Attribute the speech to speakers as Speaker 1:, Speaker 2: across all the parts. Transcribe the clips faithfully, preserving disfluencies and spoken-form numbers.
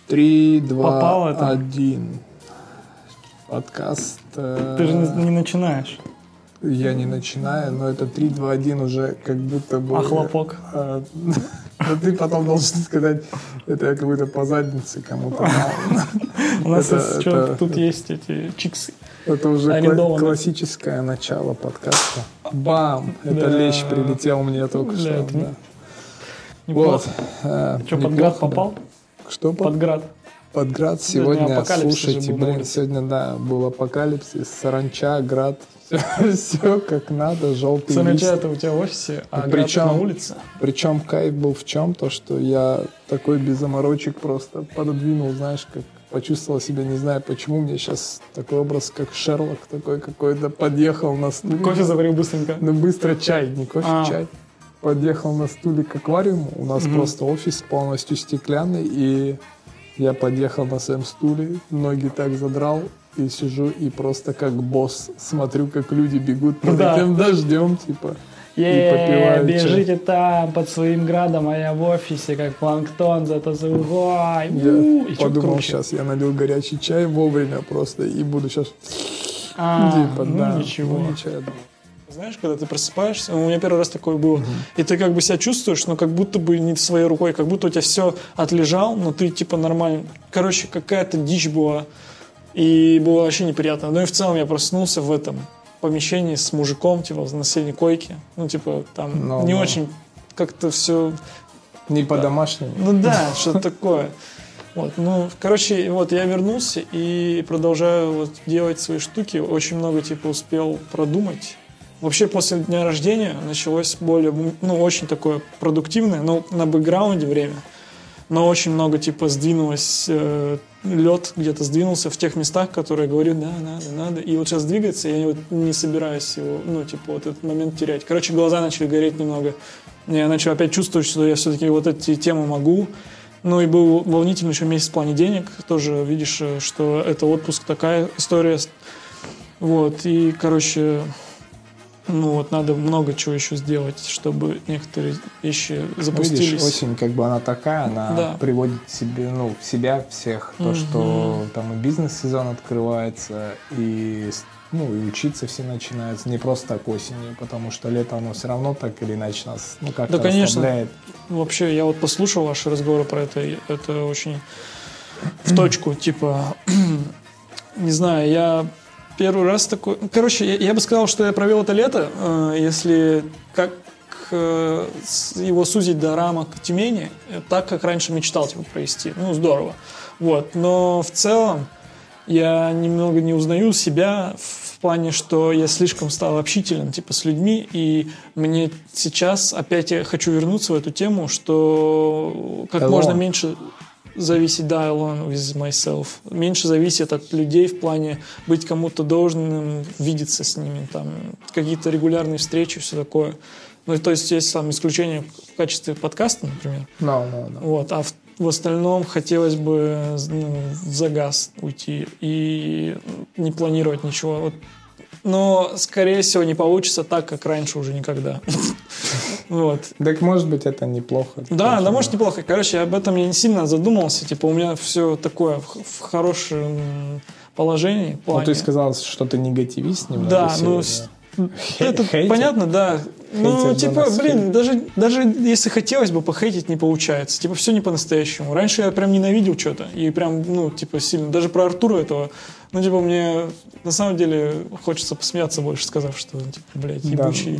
Speaker 1: Три, два, один. Подкаст.
Speaker 2: Ты же не, не начинаешь.
Speaker 1: Я не начинаю, но это три, два, один уже как будто бы...
Speaker 2: А хлопок?
Speaker 1: А, но ты потом должен сказать, это я как будто по заднице кому-то дал.
Speaker 2: У нас тут есть эти чиксы.
Speaker 1: Это уже классическое начало подкаста. Бам! Это лещ прилетел мне только что.
Speaker 2: Вот. Что, под град попал?
Speaker 1: Что?
Speaker 2: Под град.
Speaker 1: Под град сегодня, слушайте, блин, сегодня, да, был апокалипсис, саранча, град, все, все как надо, желтый лист.
Speaker 2: Саранча это у тебя в офисе, а
Speaker 1: причем,
Speaker 2: град на улице?
Speaker 1: Причем кайф был в чем? То, что я такой без заморочек просто пододвинул, знаешь, как почувствовал себя, не знаю почему, мне сейчас такой образ, как Шерлок такой какой-то, подъехал на стуле.
Speaker 2: Кофе заварил быстренько?
Speaker 1: Ну, быстро чай, не кофе, а. чай. Подъехал на стуле к аквариуму, у нас угу. просто офис полностью стеклянный, и я подъехал на своем стуле, ноги так задрал, и сижу, и просто как босс смотрю, как люди бегут под да. этим дождем, типа,
Speaker 2: е и попивают бежите чай. Там под своим градом, а я в офисе, как планктон, зато ой,
Speaker 1: я подумал, сейчас я налил горячий чай вовремя просто, и буду сейчас,
Speaker 2: а, типа, ну да, ничего. Ну, ничего. Знаешь, когда ты просыпаешься, у меня первый раз такое было, uh-huh. и ты как бы себя чувствуешь, но как будто бы не своей рукой, как будто у тебя все отлежал, но ты типа нормально. Короче, какая-то дичь была, и было вообще неприятно. Ну и в целом я проснулся в этом помещении с мужиком, типа, на соседней койке. Ну, типа, там no, не no. очень как-то все...
Speaker 1: Не да. по-домашнему.
Speaker 2: Ну да, что-то такое. Вот, ну, короче, вот я вернулся и продолжаю вот делать свои штуки. Очень много, типа, успел продумать. Вообще после дня рождения началось более, ну, очень такое продуктивное, но на бэкграунде время. Но очень много, типа, сдвинулось, э, лед где-то сдвинулся в тех местах, которые я говорю, да, надо, надо. И вот сейчас двигается, я вот не собираюсь его, ну, типа, вот этот момент терять. Короче, глаза начали гореть немного. Я начал опять чувствовать, что я все-таки вот эти темы могу. Ну, и был волнительный еще месяц в плане денег. Тоже видишь, что это отпуск, такая история. Вот, и, короче... Ну вот надо много чего еще сделать, чтобы некоторые вещи запустились.
Speaker 1: Видишь, осень как бы она такая, она да. приводит себе, ну, в себя всех, то, mm-hmm. что там и бизнес-сезон открывается, и, ну, и учиться все начинаются не просто так осенью, потому что лето оно все равно так или иначе нас, ну, как-то
Speaker 2: да, конечно.
Speaker 1: расслабляет.
Speaker 2: Вообще, я вот послушал ваши разговоры про это, это очень в точку, типа, не знаю, я... Первый раз такой... Короче, я, я бы сказал, что я провел это лето, э, если как э, его сузить до рамок Тюмени, так, как раньше мечтал типа, провести. Ну, здорово. Вот. Но в целом я немного не узнаю себя в плане, что я слишком стал общителен типа, с людьми, и мне сейчас опять я хочу вернуться в эту тему, что как Hello. можно меньше... зависеть, да, alone with myself. Меньше зависит от людей в плане быть кому-то должным, видеться с ними, там, какие-то регулярные встречи, все такое. Ну, то есть есть там исключение в качестве подкаста, например.
Speaker 1: No, no, no.
Speaker 2: Вот, а в, в остальном хотелось бы ну, в загаз уйти и не планировать ничего. Вот. Но, скорее всего, не получится так, как раньше уже никогда. Вот.
Speaker 1: Так, может быть, это неплохо.
Speaker 2: Да, да, может, неплохо. Короче, об этом я не сильно задумывался. Типа, у меня все такое в, в хорошем положении.
Speaker 1: Ну, ты сказал, что ты негативист немного.
Speaker 2: Да, ну, это Хейтер? Понятно, да. Ну, Хейтер типа, блин, даже, даже если хотелось бы похейтить, не получается. Типа, все не по-настоящему. Раньше я прям ненавидел что-то. И прям, ну, типа, сильно. Даже про Артура этого. Ну, типа, мне на самом деле хочется посмеяться больше, сказав, что, типа, блядь, ебучий...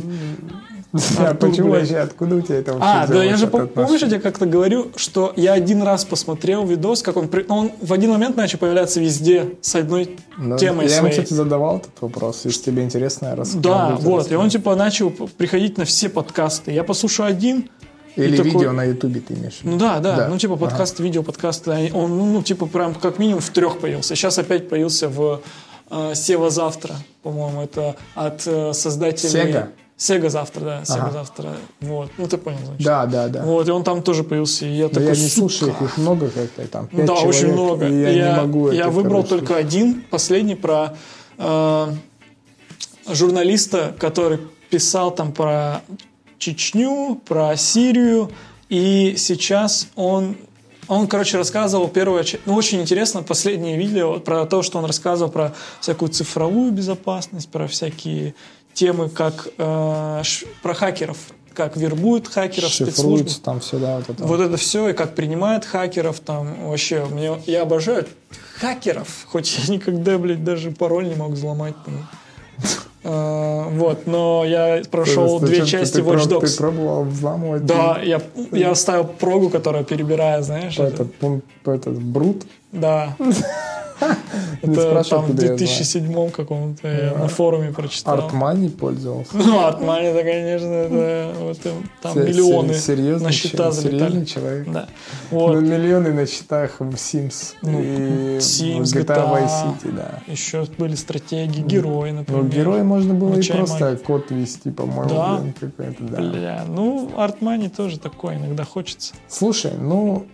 Speaker 1: Да, Артур, почему блядь. вообще? Откуда у тебя это вообще?
Speaker 2: А, да, я же помнишь, я как-то говорю, что я один раз посмотрел видос, как он, он в один момент начал появляться везде с одной
Speaker 1: да,
Speaker 2: темой
Speaker 1: я
Speaker 2: своей.
Speaker 1: Я ему, кстати, задавал этот вопрос, если тебе интересно, я расскажу.
Speaker 2: Да, вот, расскажу. И он, типа, начал приходить на все подкасты. Я послушаю один...
Speaker 1: Или видео такой... на Ютубе ты имеешь в виду?
Speaker 2: Ну да, да, да. Ну типа подкасты, ага. видео, подкасты. Он, ну, ну, типа, прям как минимум в трех появился. Сейчас опять появился в э, Сева завтра, по-моему, это от э, создателей...
Speaker 1: Сега?
Speaker 2: Сега завтра, да, Сега ага. завтра. Вот. Ну ты понял, значит.
Speaker 1: Да, да, да.
Speaker 2: Вот, и он там тоже появился. И я
Speaker 1: да
Speaker 2: такой,
Speaker 1: я не слушаю их, их много как-то, там пять
Speaker 2: да,
Speaker 1: человек.
Speaker 2: очень много.
Speaker 1: И я, я не могу
Speaker 2: Я
Speaker 1: это,
Speaker 2: выбрал
Speaker 1: короче,
Speaker 2: только один, последний, про э, журналиста, который писал там про Чечню, про Сирию. И сейчас он Он, короче, рассказывал первое... Ну, очень интересно, последнее видео про то, что он рассказывал про всякую цифровую безопасность, про всякие темы, как э, ш, про хакеров, как вербуют хакеров, спецслужбы.
Speaker 1: Там все, да, вот это.
Speaker 2: Вот это все, и как принимают хакеров, там вообще, мне, я обожаю хакеров, хоть я никогда, блядь, даже пароль не мог взломать. Uh, вот, но я прошел две части Watch Dogs.
Speaker 1: Ты пробовал взламывать?
Speaker 2: Да, я, я оставил прогу, которая перебирает, знаешь.
Speaker 1: По этот, по этот брут?
Speaker 2: Да. Это там в две тысячи седьмом каком-то я на форуме прочитал.
Speaker 1: Артмани пользовался?
Speaker 2: Ну, Артмани, это, конечно, это там миллионы на счета залетали.
Speaker 1: Серьезный человек.
Speaker 2: Да.
Speaker 1: Ну, миллионы на счетах в Sims и
Speaker 2: Sims,
Speaker 1: джи ти эй Vice City, да.
Speaker 2: Еще были стратегии, герои, например.
Speaker 1: Ну, герои можно было и просто код вести, по-моему.
Speaker 2: Да?
Speaker 1: Какой-то, да.
Speaker 2: Бля, ну, Артмани тоже такой иногда хочется.
Speaker 1: Слушай, ну...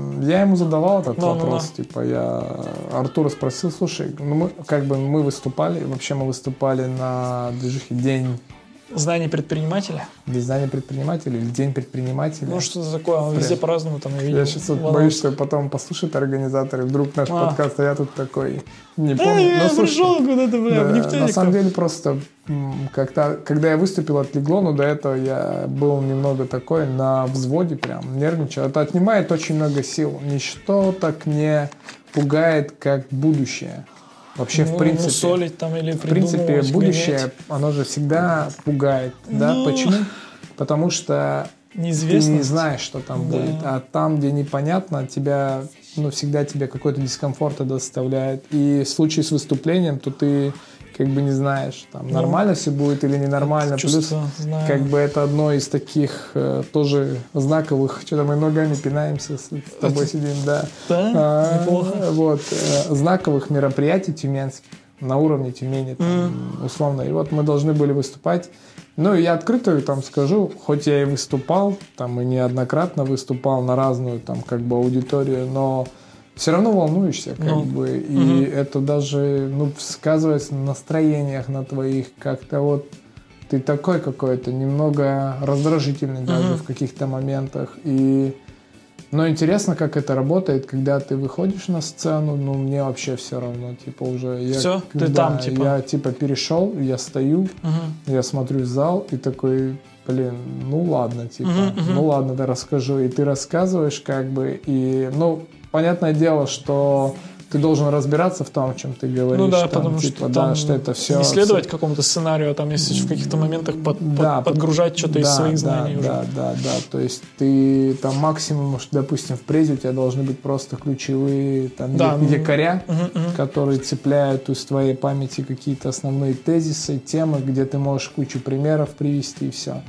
Speaker 1: Я ему задавал этот
Speaker 2: no,
Speaker 1: вопрос,
Speaker 2: no, no.
Speaker 1: типа, я Артура спросил, слушай, ну мы, как бы мы выступали, вообще мы выступали на движухе День...
Speaker 2: Знаний предпринимателя?
Speaker 1: Знания предпринимателя или День предпринимателя.
Speaker 2: Ну, что-то такое, он везде по-разному там я видел.
Speaker 1: Я сейчас вот боюсь, что потом послушают организаторы, вдруг наш а. подкаст, а я тут такой, не помню.
Speaker 2: Э, я пришел куда-то, бля,
Speaker 1: да,
Speaker 2: в нефтяниках.
Speaker 1: На самом деле просто, как-то, когда я выступил, отлегло, но до этого я был немного такой на взводе прям, нервничал. Это отнимает очень много сил. Ничто так не пугает, как будущее. Вообще,
Speaker 2: ну,
Speaker 1: в принципе,
Speaker 2: мусолить там или
Speaker 1: в принципе, будущее,
Speaker 2: гонять.
Speaker 1: Оно же всегда пугает, ну, да? Почему? Потому что
Speaker 2: неизвестно.
Speaker 1: Ты не знаешь, что там да. будет, а там, где непонятно, тебя, ну, всегда тебе какой-то дискомфорт доставляет. И в случае с выступлением, то ты как бы не знаешь, там, ну, нормально все будет или ненормально. Плюс, знаю. Как бы это одно из таких э, тоже знаковых, что-то мы ногами пинаемся, с тобой это... сидим, да.
Speaker 2: Да,
Speaker 1: а,
Speaker 2: неплохо.
Speaker 1: Вот, э, знаковых мероприятий тюменских на уровне Тюмени, там, mm. условно. И вот мы должны были выступать. Ну, я открыто там скажу, хоть я и выступал, там, и неоднократно выступал на разную, там, как бы, аудиторию, но все равно волнуешься, как ну, бы, и угу. это даже, ну, сказывается на настроениях на твоих, как-то вот ты такой какой-то, немного раздражительный угу. даже в каких-то моментах, и, но интересно, как это работает, когда ты выходишь на сцену, ну, мне вообще все равно, типа, уже, я,
Speaker 2: все, ты
Speaker 1: да,
Speaker 2: там, типа,
Speaker 1: я, типа, перешел, я стою, угу. я смотрю в зал, и такой, блин, ну, ладно, типа, угу, угу. ну, ладно, да, расскажу, и ты рассказываешь, как бы, и, ну, понятное дело, что ты должен разбираться в том, о чем ты говоришь.
Speaker 2: Ну да,
Speaker 1: там,
Speaker 2: потому
Speaker 1: типа,
Speaker 2: что,
Speaker 1: да,
Speaker 2: там
Speaker 1: что это все...
Speaker 2: не следовать все... какому-то сценарию, а там если в каких-то моментах под, да, под, подгружать что-то да, из своих
Speaker 1: да,
Speaker 2: знаний
Speaker 1: да,
Speaker 2: уже.
Speaker 1: Да, да, да. То есть ты там максимум, допустим, в презе у тебя должны быть просто ключевые там, да, якоря, угу, угу. которые цепляют из твоей памяти какие-то основные тезисы, темы, где ты можешь кучу примеров привести и все.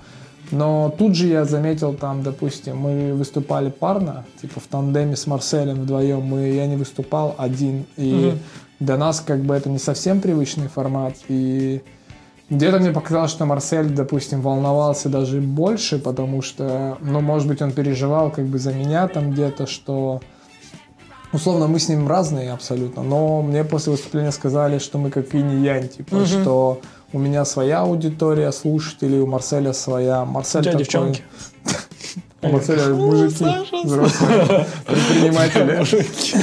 Speaker 1: Но тут же я заметил там, допустим, мы выступали парно, типа в тандеме с Марселем вдвоем, мы, я не выступал один, и mm-hmm. для нас как бы это не совсем привычный формат, и где-то мне показалось, что Марсель, допустим, волновался даже больше, потому что, ну, может быть, он переживал как бы за меня там где-то, что... Условно, мы с ним разные абсолютно, но мне после выступления сказали, что мы как инь и янь, типа, mm-hmm. что у меня своя аудитория слушателей, у Марселя своя. Марсель
Speaker 2: у тебя
Speaker 1: такой...
Speaker 2: девчонки.
Speaker 1: У Марселя мужики, взрослые, предприниматели.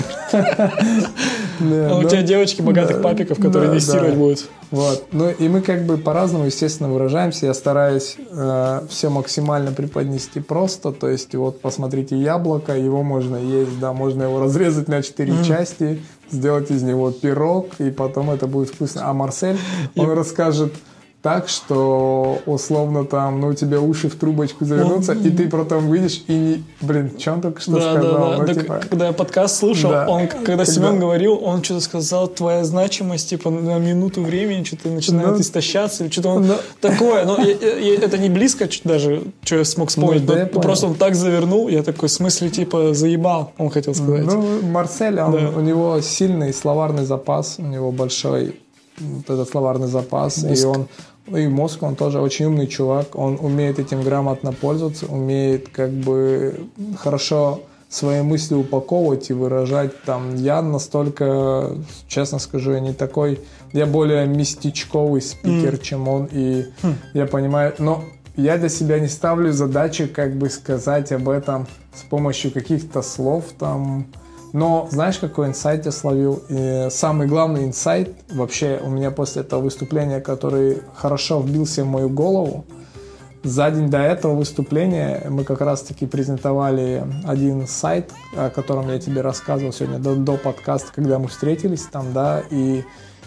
Speaker 2: А у тебя девочки богатых папиков, которые инвестировать будут.
Speaker 1: Вот. Ну и мы как бы по-разному, естественно, выражаемся. Я стараюсь э, все максимально преподнести просто. То есть вот посмотрите яблоко, его можно есть, да, можно его разрезать на четыре mm. части, сделать из него пирог, и потом это будет вкусно. А Марсель, он и... расскажет так, что условно там, ну, у тебя уши в трубочку завернутся, mm-hmm. и ты потом выйдешь и не... Блин, что он только что
Speaker 2: да,
Speaker 1: сказал?
Speaker 2: Да, да.
Speaker 1: Ну,
Speaker 2: да.
Speaker 1: типа...
Speaker 2: Когда я подкаст слушал,
Speaker 1: да.
Speaker 2: он, когда, когда Семен говорил, он что-то сказал, твоя значимость, типа, на минуту времени что-то начинает ну, истощаться, или что-то он... Ну... Такое, но я, я, это не близко даже, что я смог вспомнить, ну, да, но просто он так завернул, я такой, в смысле, типа, заебал, он хотел сказать.
Speaker 1: Ну, Марсель, он, да. у него сильный словарный запас, у него большой вот этот словарный запас, мозг. И он... И мозг, он тоже очень умный чувак, он умеет этим грамотно пользоваться, умеет как бы хорошо свои мысли упаковывать и выражать. Там, я настолько, честно скажу, я не такой, я более местечковый спикер, mm. чем он, и mm. я понимаю, но я для себя не ставлю задачи, как бы сказать об этом с помощью каких-то слов там. Но знаешь, какой инсайт я словил? И самый главный инсайт вообще у меня после этого выступления, который хорошо вбился в мою голову. За день до этого выступления мы как раз-таки презентовали один сайт, о котором я тебе рассказывал сегодня до, до подкаста, когда мы встретились там, да, и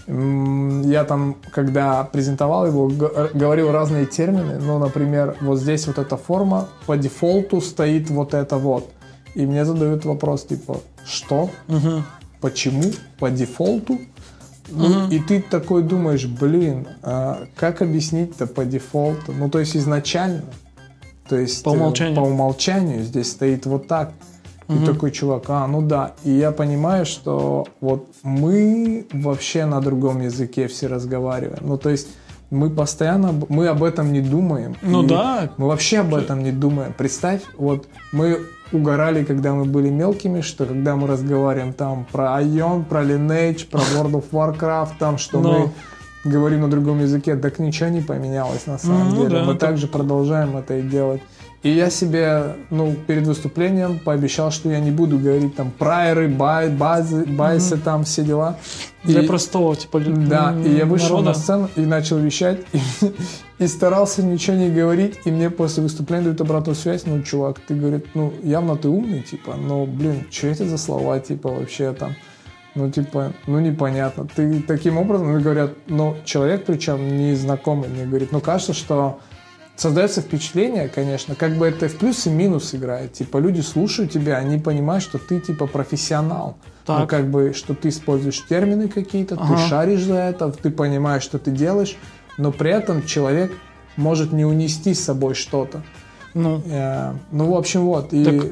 Speaker 1: м- я там, когда презентовал его, г- говорил разные термины, ну, например, вот здесь вот эта форма, по дефолту стоит вот это вот. И мне задают вопрос, типа, что?
Speaker 2: Угу.
Speaker 1: Почему? По дефолту? Ну,
Speaker 2: Угу.
Speaker 1: и ты такой думаешь, блин, а как объяснить-то по дефолту? Ну, то есть изначально, то есть
Speaker 2: по умолчанию,
Speaker 1: по умолчанию здесь стоит вот так.
Speaker 2: Угу.
Speaker 1: И такой чувак, а, ну да. И я понимаю, что вот мы вообще на другом языке все разговариваем. Ну, то есть мы постоянно, мы об этом не думаем.
Speaker 2: Ну
Speaker 1: и
Speaker 2: да.
Speaker 1: Мы вообще об этом не думаем. Представь, вот мы угорали, когда мы были мелкими, что когда мы разговариваем там про Ion, про Lineage, про World of Warcraft, там, что
Speaker 2: Но.
Speaker 1: мы говорим на другом языке, так ничего не поменялось на самом
Speaker 2: Ну,
Speaker 1: деле.
Speaker 2: да,
Speaker 1: мы
Speaker 2: это...
Speaker 1: также продолжаем это и делать. И я себе, ну, перед выступлением пообещал, что я не буду говорить там прайеры, бай, базы, байсы, mm-hmm. там все дела.
Speaker 2: Для
Speaker 1: и,
Speaker 2: простого, типа,
Speaker 1: да, и я вышел
Speaker 2: народа.
Speaker 1: на сцену и начал вещать, и, и старался ничего не говорить, и мне после выступления дают обратную связь, ну, чувак, ты, говорит, ну, явно ты умный, типа, но, блин, что это за слова, типа, вообще там, ну, типа, ну, непонятно. Ты таким образом, мне говорят, ну, человек, причем незнакомый, мне говорит, ну, кажется, что создается впечатление, конечно, как бы это в плюс и минус играет. Типа, люди слушают тебя, они понимают, что ты, типа, профессионал. Так. Ну, как бы, что ты используешь термины какие-то, ага. ты шаришь за это, ты понимаешь, что ты делаешь, но при этом человек может не унести с собой что-то.
Speaker 2: Ну,
Speaker 1: э, ну в общем, вот. И...
Speaker 2: Так,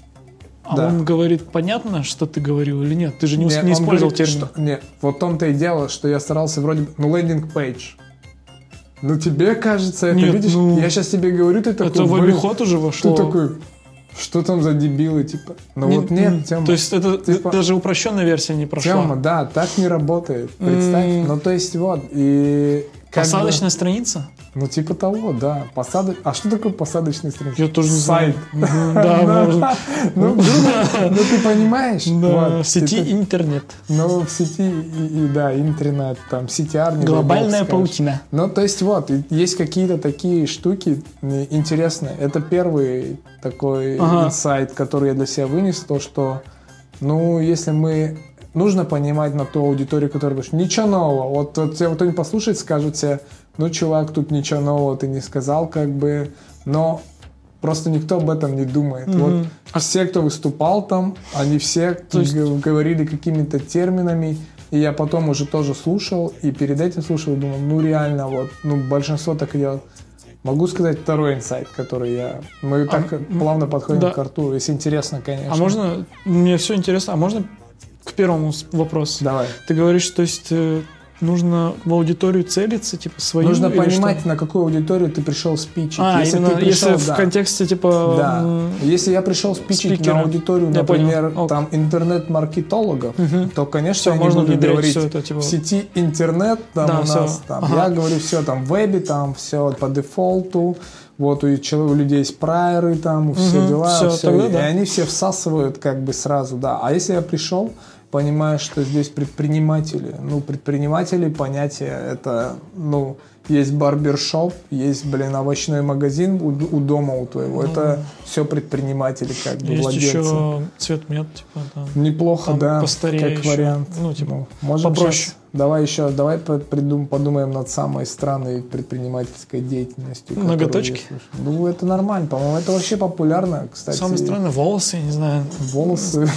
Speaker 2: а да. он говорит, понятно, что ты говорил или нет? Ты же не, нет, не использовал
Speaker 1: говорит,
Speaker 2: термин.
Speaker 1: Что... Нет, вот в том-то и дело, что я старался вроде бы... Ну, лендинг-пейдж. Ну, тебе кажется, это,
Speaker 2: нет,
Speaker 1: видишь,
Speaker 2: ну,
Speaker 1: я сейчас тебе говорю, ты такой...
Speaker 2: Это в обиход уже вошло.
Speaker 1: Ты такой... Что там за дебилы, типа? Ну
Speaker 2: не,
Speaker 1: вот нет, Тёма.
Speaker 2: То есть это
Speaker 1: типа,
Speaker 2: даже упрощенная версия не прошла.
Speaker 1: Тёма, да, так не работает. Представь. Mm. Ну то есть вот и
Speaker 2: посадочная
Speaker 1: бы,
Speaker 2: страница?
Speaker 1: Ну типа того, да. Посад... А что такое посадочная страница?
Speaker 2: Я тоже не
Speaker 1: знаю.
Speaker 2: Сайт. Да, может.
Speaker 1: Ну ты понимаешь?
Speaker 2: В сети интернет.
Speaker 1: Ну в сети да, интернет, там си ти ар.
Speaker 2: Глобальная паутина.
Speaker 1: Ну то есть вот есть какие-то такие штуки интересные. Это первый такой инсайт, который я для себя вынес, то что, ну если мы нужно понимать на ту аудиторию, которая говорит, ничего нового. Вот, вот тебя кто-нибудь послушает, скажет тебе, ну, чувак, тут ничего нового ты не сказал, как бы, но просто никто об этом не думает. Mm-hmm. Вот а все, кто выступал там, они все есть... говорили какими-то терминами, и я потом уже тоже слушал, и перед этим слушал, и думал, ну, реально, вот, ну, большинство так и делает. Могу сказать второй инсайт, который я... Мы а, так м- плавно подходим да. к рту, если интересно, конечно.
Speaker 2: А можно... Мне все интересно, а можно... К первому вопросу.
Speaker 1: Давай.
Speaker 2: Ты говоришь, то есть э, нужно в аудиторию целиться, типа свою.
Speaker 1: Нужно понимать,
Speaker 2: что?
Speaker 1: На какую аудиторию ты пришел спичить.
Speaker 2: А,
Speaker 1: если
Speaker 2: именно,
Speaker 1: ты пришел,
Speaker 2: если да. в контексте типа.
Speaker 1: Да. М- если я пришел спичить спикера. На аудиторию, я например, там интернет-маркетологов, угу. то, конечно,
Speaker 2: все,
Speaker 1: я не буду говорить
Speaker 2: это, типа...
Speaker 1: в сети интернет, там да, у
Speaker 2: все.
Speaker 1: нас, там,
Speaker 2: ага.
Speaker 1: я говорю все там в вебе, там все по дефолту. Вот у, у людей есть прайеры, там, все угу, дела,
Speaker 2: все,
Speaker 1: все,
Speaker 2: тогда,
Speaker 1: и
Speaker 2: да.
Speaker 1: они все всасывают как бы сразу, да. А если я пришел, понимаешь, что здесь предприниматели, ну, предприниматели, понятие, это, ну, есть барбершоп, есть, блин, овощной магазин у, у дома у твоего, ну, это все предприниматели, как бы,
Speaker 2: есть
Speaker 1: владельцы.
Speaker 2: Есть еще цветмет, типа, там.
Speaker 1: Неплохо,
Speaker 2: там
Speaker 1: да,
Speaker 2: постарее
Speaker 1: как
Speaker 2: еще.
Speaker 1: вариант.
Speaker 2: Ну, типа,
Speaker 1: ну, можем
Speaker 2: попроще.
Speaker 1: Сейчас, давай еще, давай придум, подумаем над самой странной предпринимательской деятельностью.
Speaker 2: Ноготочки?
Speaker 1: Ну, это нормально, по-моему, это вообще популярно, кстати.
Speaker 2: Самое странное, волосы, я не знаю.
Speaker 1: Волосы?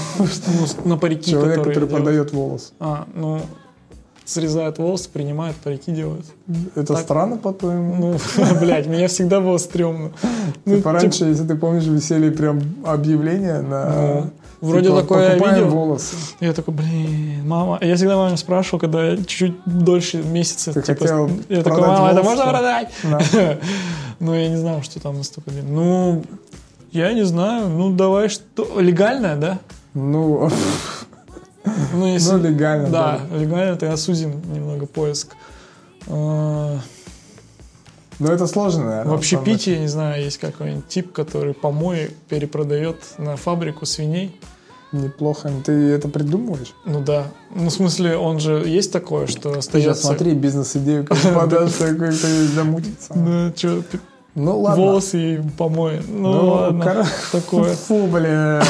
Speaker 2: На парики,
Speaker 1: человек, который продает волосы.
Speaker 2: А, ну... Срезают волосы, принимают, парики делают.
Speaker 1: Это так, странно, по-твоему?
Speaker 2: Ну, блядь, меня всегда было стрёмно.
Speaker 1: Ну, типа раньше, если ты помнишь, висели прям объявления на...
Speaker 2: Вроде
Speaker 1: типа,
Speaker 2: такое я видел.
Speaker 1: волосы.
Speaker 2: Я такой, блин, мама. Я всегда маму спрашивал, когда я чуть-чуть дольше месяца.
Speaker 1: Ты
Speaker 2: типа,
Speaker 1: хотел
Speaker 2: я такой, мама, это можно продать? Но я не знал, что там настолько. Ну, я не знаю. Ну, давай, что... Легальное, да?
Speaker 1: Ну...
Speaker 2: Ну, если,
Speaker 1: ну, легально.
Speaker 2: Да,
Speaker 1: да.
Speaker 2: легально, то осудим немного поиск. А...
Speaker 1: Ну, это сложно, наверное.
Speaker 2: В общепите, я не знаю, есть какой-нибудь тип, который помои перепродает на фабрику свиней.
Speaker 1: Неплохо. Ты это придумываешь?
Speaker 2: Ну да. Ну, в смысле, он же есть такое, что остается...
Speaker 1: Ты сейчас смотри, бизнес-идею как подашь, такой замутится.
Speaker 2: Ну, что,
Speaker 1: ну, ладно.
Speaker 2: волосы и помои. Ну, ну ладно, кор... такое.
Speaker 1: Фу, блин.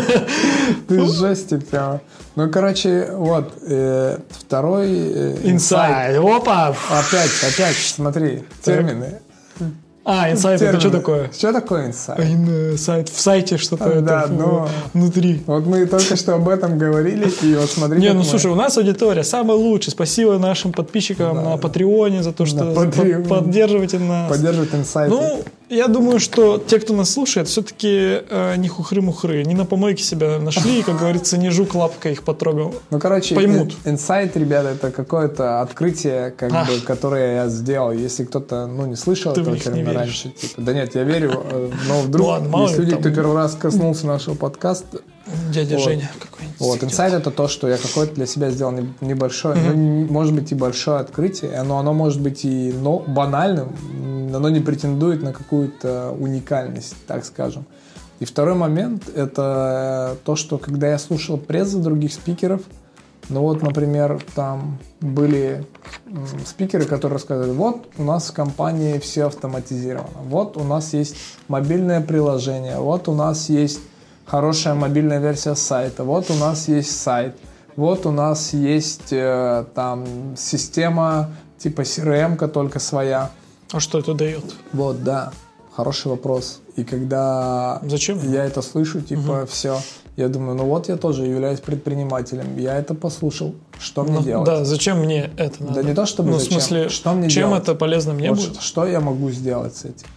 Speaker 1: Ты жестик прямо. Ну, короче, вот, э, второй...
Speaker 2: Инсайд. Опа!
Speaker 1: Опять, опять, смотри, термины.
Speaker 2: А, инсайт, это что такое?
Speaker 1: Что такое инсайт?
Speaker 2: Инсайт. В сайте что-то
Speaker 1: да,
Speaker 2: это
Speaker 1: но...
Speaker 2: внутри.
Speaker 1: Вот мы только что об этом говорили, и вот смотри.
Speaker 2: Не, ну
Speaker 1: мы...
Speaker 2: слушай, у нас аудитория самая лучшая. Спасибо нашим подписчикам да. на Патреоне за то, что под, поддерживаете нас.
Speaker 1: Поддерживают инсайты.
Speaker 2: Ну, я думаю, что те, кто нас слушает, все-таки э, не хухры-мухры, не на помойке себя нашли, и, как говорится, не жук лапкой их потрогал.
Speaker 1: Ну, короче,
Speaker 2: поймут.
Speaker 1: Инсайт, ребята, это какое-то открытие, как Ах. бы, которое я сделал. Если кто-то, ну, не слышал
Speaker 2: Ты
Speaker 1: этого термина раньше, типа, да нет, я верю, но вдруг Ладно, есть люди, там... кто первый раз коснулся нашего подкаста.
Speaker 2: Дядя
Speaker 1: вот.
Speaker 2: Женя какой-нибудь.
Speaker 1: Вот, инсайт это то, что я какое-то для себя сделал небольшое, mm-hmm. ну, может быть и большое открытие, но оно может быть и но, банальным, оно не претендует на какую-то уникальность, так скажем. И второй момент это то, что когда я слушал прессу других спикеров, ну вот, например, там были спикеры, которые рассказывали, вот у нас в компании все автоматизировано, вот у нас есть мобильное приложение, вот у нас есть хорошая мобильная версия сайта, вот у нас есть сайт, вот у нас есть э, там система типа си эр эм-ка только своя.
Speaker 2: А что это дает?
Speaker 1: Вот, да, хороший вопрос. И когда
Speaker 2: Зачем?
Speaker 1: я это слышу, типа, угу. все, я думаю, ну вот я тоже являюсь предпринимателем, я это послушал, что мне
Speaker 2: ну,
Speaker 1: делать?
Speaker 2: Да, зачем мне это надо?
Speaker 1: Да не то, чтобы
Speaker 2: ну,
Speaker 1: зачем,
Speaker 2: в смысле,
Speaker 1: что мне
Speaker 2: чем
Speaker 1: делать?
Speaker 2: это полезно мне
Speaker 1: вот
Speaker 2: будет?
Speaker 1: Что я могу сделать с этим?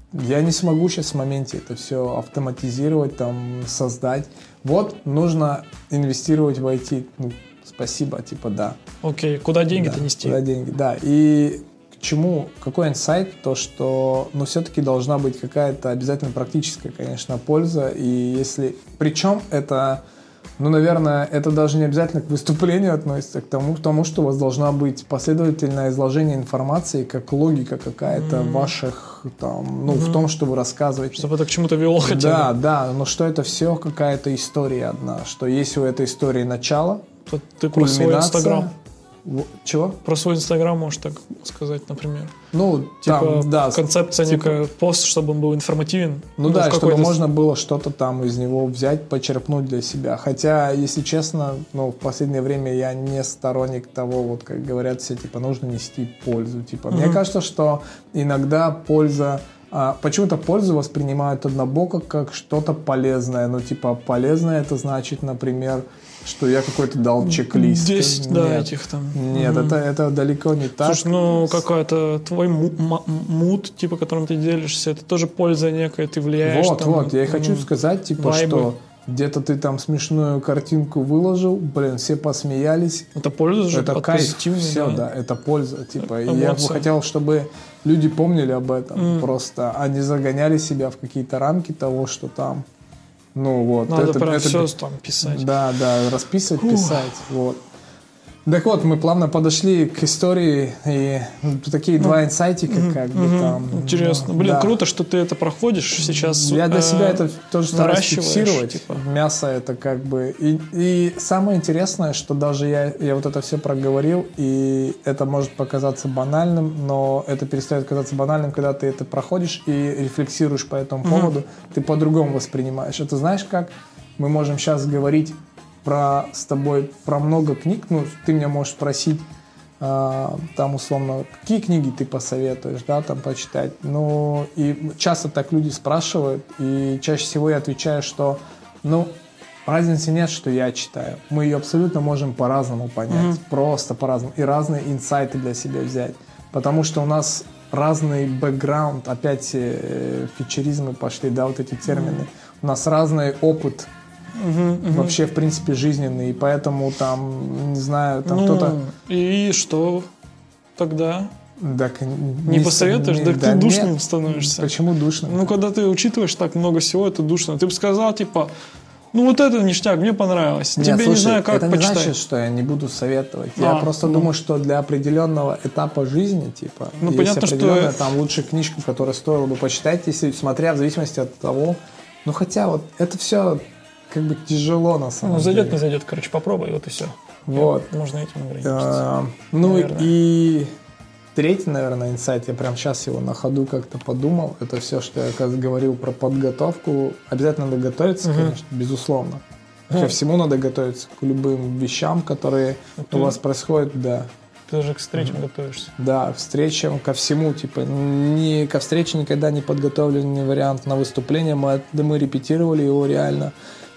Speaker 1: Я не смогу сейчас в моменте это все автоматизировать, там, создать. Вот, нужно инвестировать в ай ти. Ну, спасибо, типа, да.
Speaker 2: Окей, куда деньги-то
Speaker 1: да,
Speaker 2: нести?
Speaker 1: Куда деньги, да. И к чему, какой инсайт? То, что, ну, все-таки должна быть какая-то обязательно практическая, конечно, польза. И если... Причем это... Ну, наверное, это даже не обязательно к выступлению относится, к тому, к тому, что у вас должна быть последовательное изложение информации, как логика какая-то mm-hmm. ваших, там, ну, mm-hmm. в том, что вы рассказываете.
Speaker 2: Чтобы это к чему-то вело хотя бы.
Speaker 1: Да, да, но что это все какая-то история одна, что есть у этой истории начало,
Speaker 2: то ты про свой Инстаграм.
Speaker 1: Чего?
Speaker 2: Про свой Инстаграм можешь так сказать, например.
Speaker 1: Ну,
Speaker 2: типа
Speaker 1: там, да.
Speaker 2: Концепция
Speaker 1: типа,
Speaker 2: некая, пост, чтобы он был информативен.
Speaker 1: Ну, ну да, чтобы можно было что-то там из него взять, почерпнуть для себя. Хотя, если честно, ну, в последнее время я не сторонник того, вот как говорят все, типа, нужно нести пользу. Типа, mm-hmm. мне кажется, что иногда польза... А, почему-то пользу воспринимают однобоко как что-то полезное. Ну, типа, полезное это значит, например... что я какой-то дал чек-лист.
Speaker 2: десять,
Speaker 1: нет,
Speaker 2: да, этих там.
Speaker 1: Нет, mm-hmm. это, это далеко не так.
Speaker 2: Слушай, ну какая-то твой мут, типа, которым ты делишься, это тоже польза некая, ты влияешь.
Speaker 1: Вот,
Speaker 2: там,
Speaker 1: вот, я и
Speaker 2: ну,
Speaker 1: хочу сказать, типа, вайбы. Что где-то ты там смешную картинку выложил, блин, все посмеялись.
Speaker 2: Это польза же,
Speaker 1: это кайф, все, да. да, это польза, типа. И я бы хотел, чтобы люди помнили об этом mm. просто, а не загоняли себя в какие-то рамки того, что там. Ну вот.
Speaker 2: Надо
Speaker 1: это,
Speaker 2: прям
Speaker 1: это,
Speaker 2: все там писать.
Speaker 1: Да, да, расписывать, Ух. писать. Вот. Так вот, мы плавно подошли к истории, и такие ну, два инсайтика, mm-hmm, как бы mm-hmm. там.
Speaker 2: Интересно. Блин, да. круто, что ты это проходишь сейчас.
Speaker 1: Я для себя это тоже стараюсь фиксировать.
Speaker 2: Типа.
Speaker 1: Мясо это как бы... И, и самое интересное, что даже я, я вот это все проговорил, и это может показаться банальным, но это перестает казаться банальным, когда ты это проходишь и рефлексируешь по этому mm-hmm. поводу, ты по-другому воспринимаешь. Это знаешь как? Мы можем сейчас говорить про с тобой про много книг, ну, ты меня можешь спросить, э, там, условно, какие книги ты посоветуешь, да, там, почитать, ну, и часто так люди спрашивают, и чаще всего я отвечаю, что, ну, разницы нет, что я читаю, мы ее абсолютно можем по-разному понять, mm-hmm. просто по-разному, и разные инсайты для себя взять, потому что у нас разный бэкграунд, опять э, фичеризмы пошли, да, вот эти термины, mm-hmm. у нас разный опыт, Uh-huh, uh-huh. вообще, в принципе, жизненный, и поэтому там, не знаю, там
Speaker 2: ну,
Speaker 1: кто-то...
Speaker 2: И что тогда?
Speaker 1: Так,
Speaker 2: не, не посоветуешь? Не, так да ты душным нет. становишься.
Speaker 1: Почему душным?
Speaker 2: Ну, когда ты учитываешь так много всего, это душно. Ты бы сказал, типа, Ну вот это ништяк, мне понравилось.
Speaker 1: Нет,
Speaker 2: Тебе
Speaker 1: слушай,
Speaker 2: не знаю, как
Speaker 1: это не
Speaker 2: почитай.
Speaker 1: значит, что я не буду советовать.
Speaker 2: А,
Speaker 1: я просто
Speaker 2: ну.
Speaker 1: думаю, что для определенного этапа жизни, типа,
Speaker 2: Ну,
Speaker 1: есть
Speaker 2: понятно, что-
Speaker 1: определенная там лучшая книжка, которую стоило бы почитать, если смотря в зависимости от того. Ну хотя вот это все как бы тяжело на самом
Speaker 2: Ну, зайдет,
Speaker 1: деле.
Speaker 2: не зайдет, короче, попробуй, вот и все.
Speaker 1: Вот.
Speaker 2: Можно этим ограничиться.
Speaker 1: А, Ну
Speaker 2: Наверное.
Speaker 1: и третий, наверное, инсайт, я прям сейчас его на ходу как-то подумал, это все, что я как раз говорил про подготовку. Обязательно надо готовиться,
Speaker 2: Мгм.
Speaker 1: конечно, безусловно.
Speaker 2: Мгм.
Speaker 1: Ко всему надо готовиться, к любым вещам, которые
Speaker 2: ты-
Speaker 1: у вас происходят, да.
Speaker 2: Ты даже к встречам готовишься.
Speaker 1: Да, встречам, ко всему, типа, не ко встрече никогда не подготовленный вариант на выступление, мы, да, мы репетировали его реально,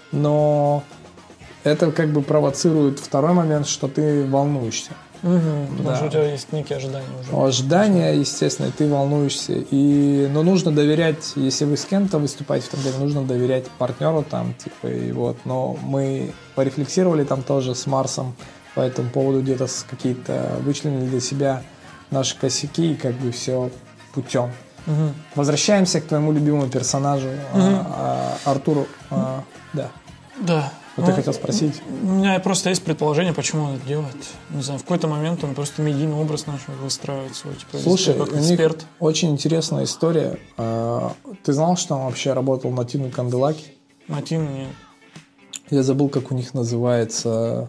Speaker 1: но это как бы провоцирует второй момент, что ты волнуешься.
Speaker 2: Угу. Потому
Speaker 1: Да.
Speaker 2: что у тебя есть некие ожидания уже.
Speaker 1: Ожидания, естественно, ты волнуешься. И, но нужно доверять, если вы с кем-то выступаете в том деле, нужно доверять партнеру там, типа, и вот. Но мы порефлексировали там тоже с Марсом по этому поводу, где-то с какие-то вычленили для себя наши косяки, и как бы все путем.
Speaker 2: Мгм.
Speaker 1: Возвращаемся к твоему любимому персонажу, а,
Speaker 2: Мгм.
Speaker 1: а, Артуру. А, да.
Speaker 2: Да.
Speaker 1: Вот
Speaker 2: Ну,
Speaker 1: ты хотел спросить?
Speaker 2: У меня просто есть предположение, почему он это делает. Не знаю, в какой-то момент он просто медийный образ начал выстраивать свой, типа,
Speaker 1: Слушай,
Speaker 2: как
Speaker 1: у них
Speaker 2: эксперт.
Speaker 1: очень интересная история. А, Ты знал, что он вообще работал на Тину Канделаки?
Speaker 2: Матин мне...
Speaker 1: Я забыл, как у них называется.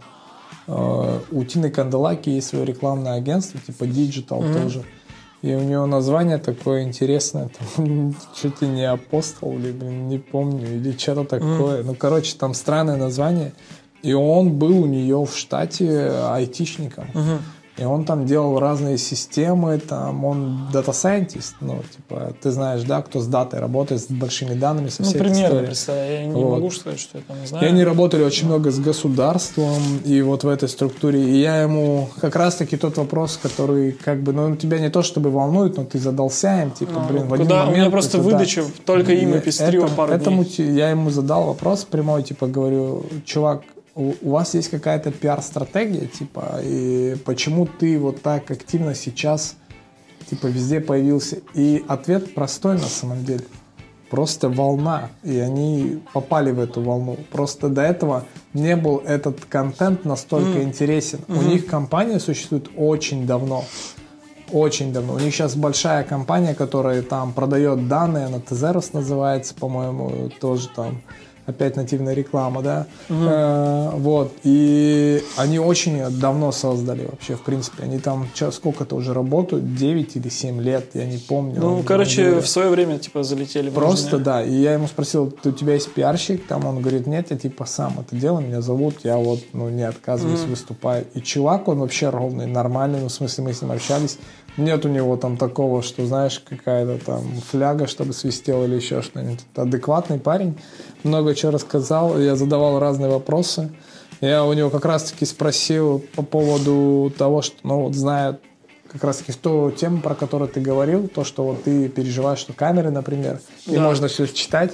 Speaker 1: Э, У Тины Канделаки есть свое рекламное агентство, типа Digital
Speaker 2: Мгм.
Speaker 1: тоже. И у него название такое интересное. Там, чуть ли не апостол, или, блин, не помню, или что-то такое. Ну, короче, там странное название. И он был у нее в штате айтишником.
Speaker 2: Мгм.
Speaker 1: И он там делал разные системы, там он дата-сайентист, ну, типа, ты знаешь, да, кто с датой работает, с большими данными, со
Speaker 2: Ну,
Speaker 1: всей этой
Speaker 2: примерно
Speaker 1: историей.
Speaker 2: представляю. Я не
Speaker 1: Вот.
Speaker 2: могу сказать, что я там не
Speaker 1: И
Speaker 2: знаю.
Speaker 1: они работали очень много с государством и вот в этой структуре. И я ему как раз-таки тот вопрос, который как бы, ну, он тебя не то чтобы волнует, но ты задался им, типа,
Speaker 2: Ну,
Speaker 1: блин, в один
Speaker 2: куда
Speaker 1: момент...
Speaker 2: у меня просто
Speaker 1: это, да.
Speaker 2: выдача только имя
Speaker 1: И
Speaker 2: пестрила
Speaker 1: этому-
Speaker 2: пару
Speaker 1: этому
Speaker 2: дней.
Speaker 1: те- я ему задал вопрос прямой, типа, говорю, чувак, у, у вас есть какая-то пиар-стратегия, типа, и почему ты вот так активно сейчас, типа, везде появился? И ответ простой на самом деле. Просто волна, и они попали в эту волну. Просто до этого не был этот контент настолько
Speaker 2: Mm.
Speaker 1: интересен. У
Speaker 2: Мгм.
Speaker 1: них компания существует очень давно. Очень давно. У них сейчас большая компания, которая там продает данные, она Тезерос называется, по-моему, тоже там опять нативная реклама, да.
Speaker 2: Мгм.
Speaker 1: Э, вот. И они очень давно создали вообще, в принципе. Они там чё, сколько-то уже работают, девять или семь лет, я не помню.
Speaker 2: Ну,
Speaker 1: Он-
Speaker 2: короче,
Speaker 1: он говорит.
Speaker 2: в свое время, типа, залетели. в
Speaker 1: Просто,
Speaker 2: нужное.
Speaker 1: да. И я ему спросил, ты, у тебя есть пиарщик? Там он говорит, нет, я типа сам это делаю, меня зовут, я вот, ну, не отказываюсь,
Speaker 2: Мгм.
Speaker 1: выступаю. И чувак, он вообще ровный, нормальный, ну, в смысле, мы с ним общались. Нет у него там такого, что, знаешь, какая-то там фляга, чтобы свистела или еще что-нибудь. Адекватный парень, много чего рассказал, я задавал разные вопросы. Я у него как раз-таки спросил по поводу того, что, ну, вот знаю как раз-таки ту тему, про которую ты говорил, то, что вот ты переживаешь, что камеры, например, и
Speaker 2: Да.
Speaker 1: можно все читать.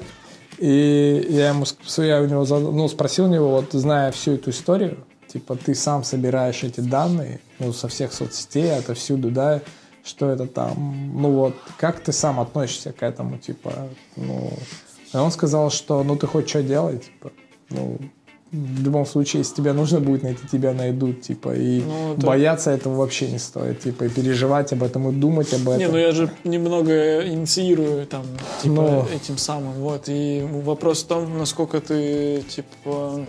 Speaker 1: И я ему ск- я у него зад- ну, спросил у него, вот зная всю эту историю, типа ты сам собираешь эти данные, ну, со всех соцсетей, отовсюду, да, что это там, ну вот, как ты сам относишься к этому, типа, ну, и он сказал, что, ну, ты хоть что делай, типа, ну, в любом случае, если тебе нужно будет найти, тебя найдут, типа, и
Speaker 2: Ну, это-
Speaker 1: бояться этого вообще не стоит, типа, и переживать об этом, и думать об этом.
Speaker 2: Не, ну я же немного инициирую там, типа,
Speaker 1: Ну.
Speaker 2: этим самым, вот. И вопрос в том, насколько ты, типа,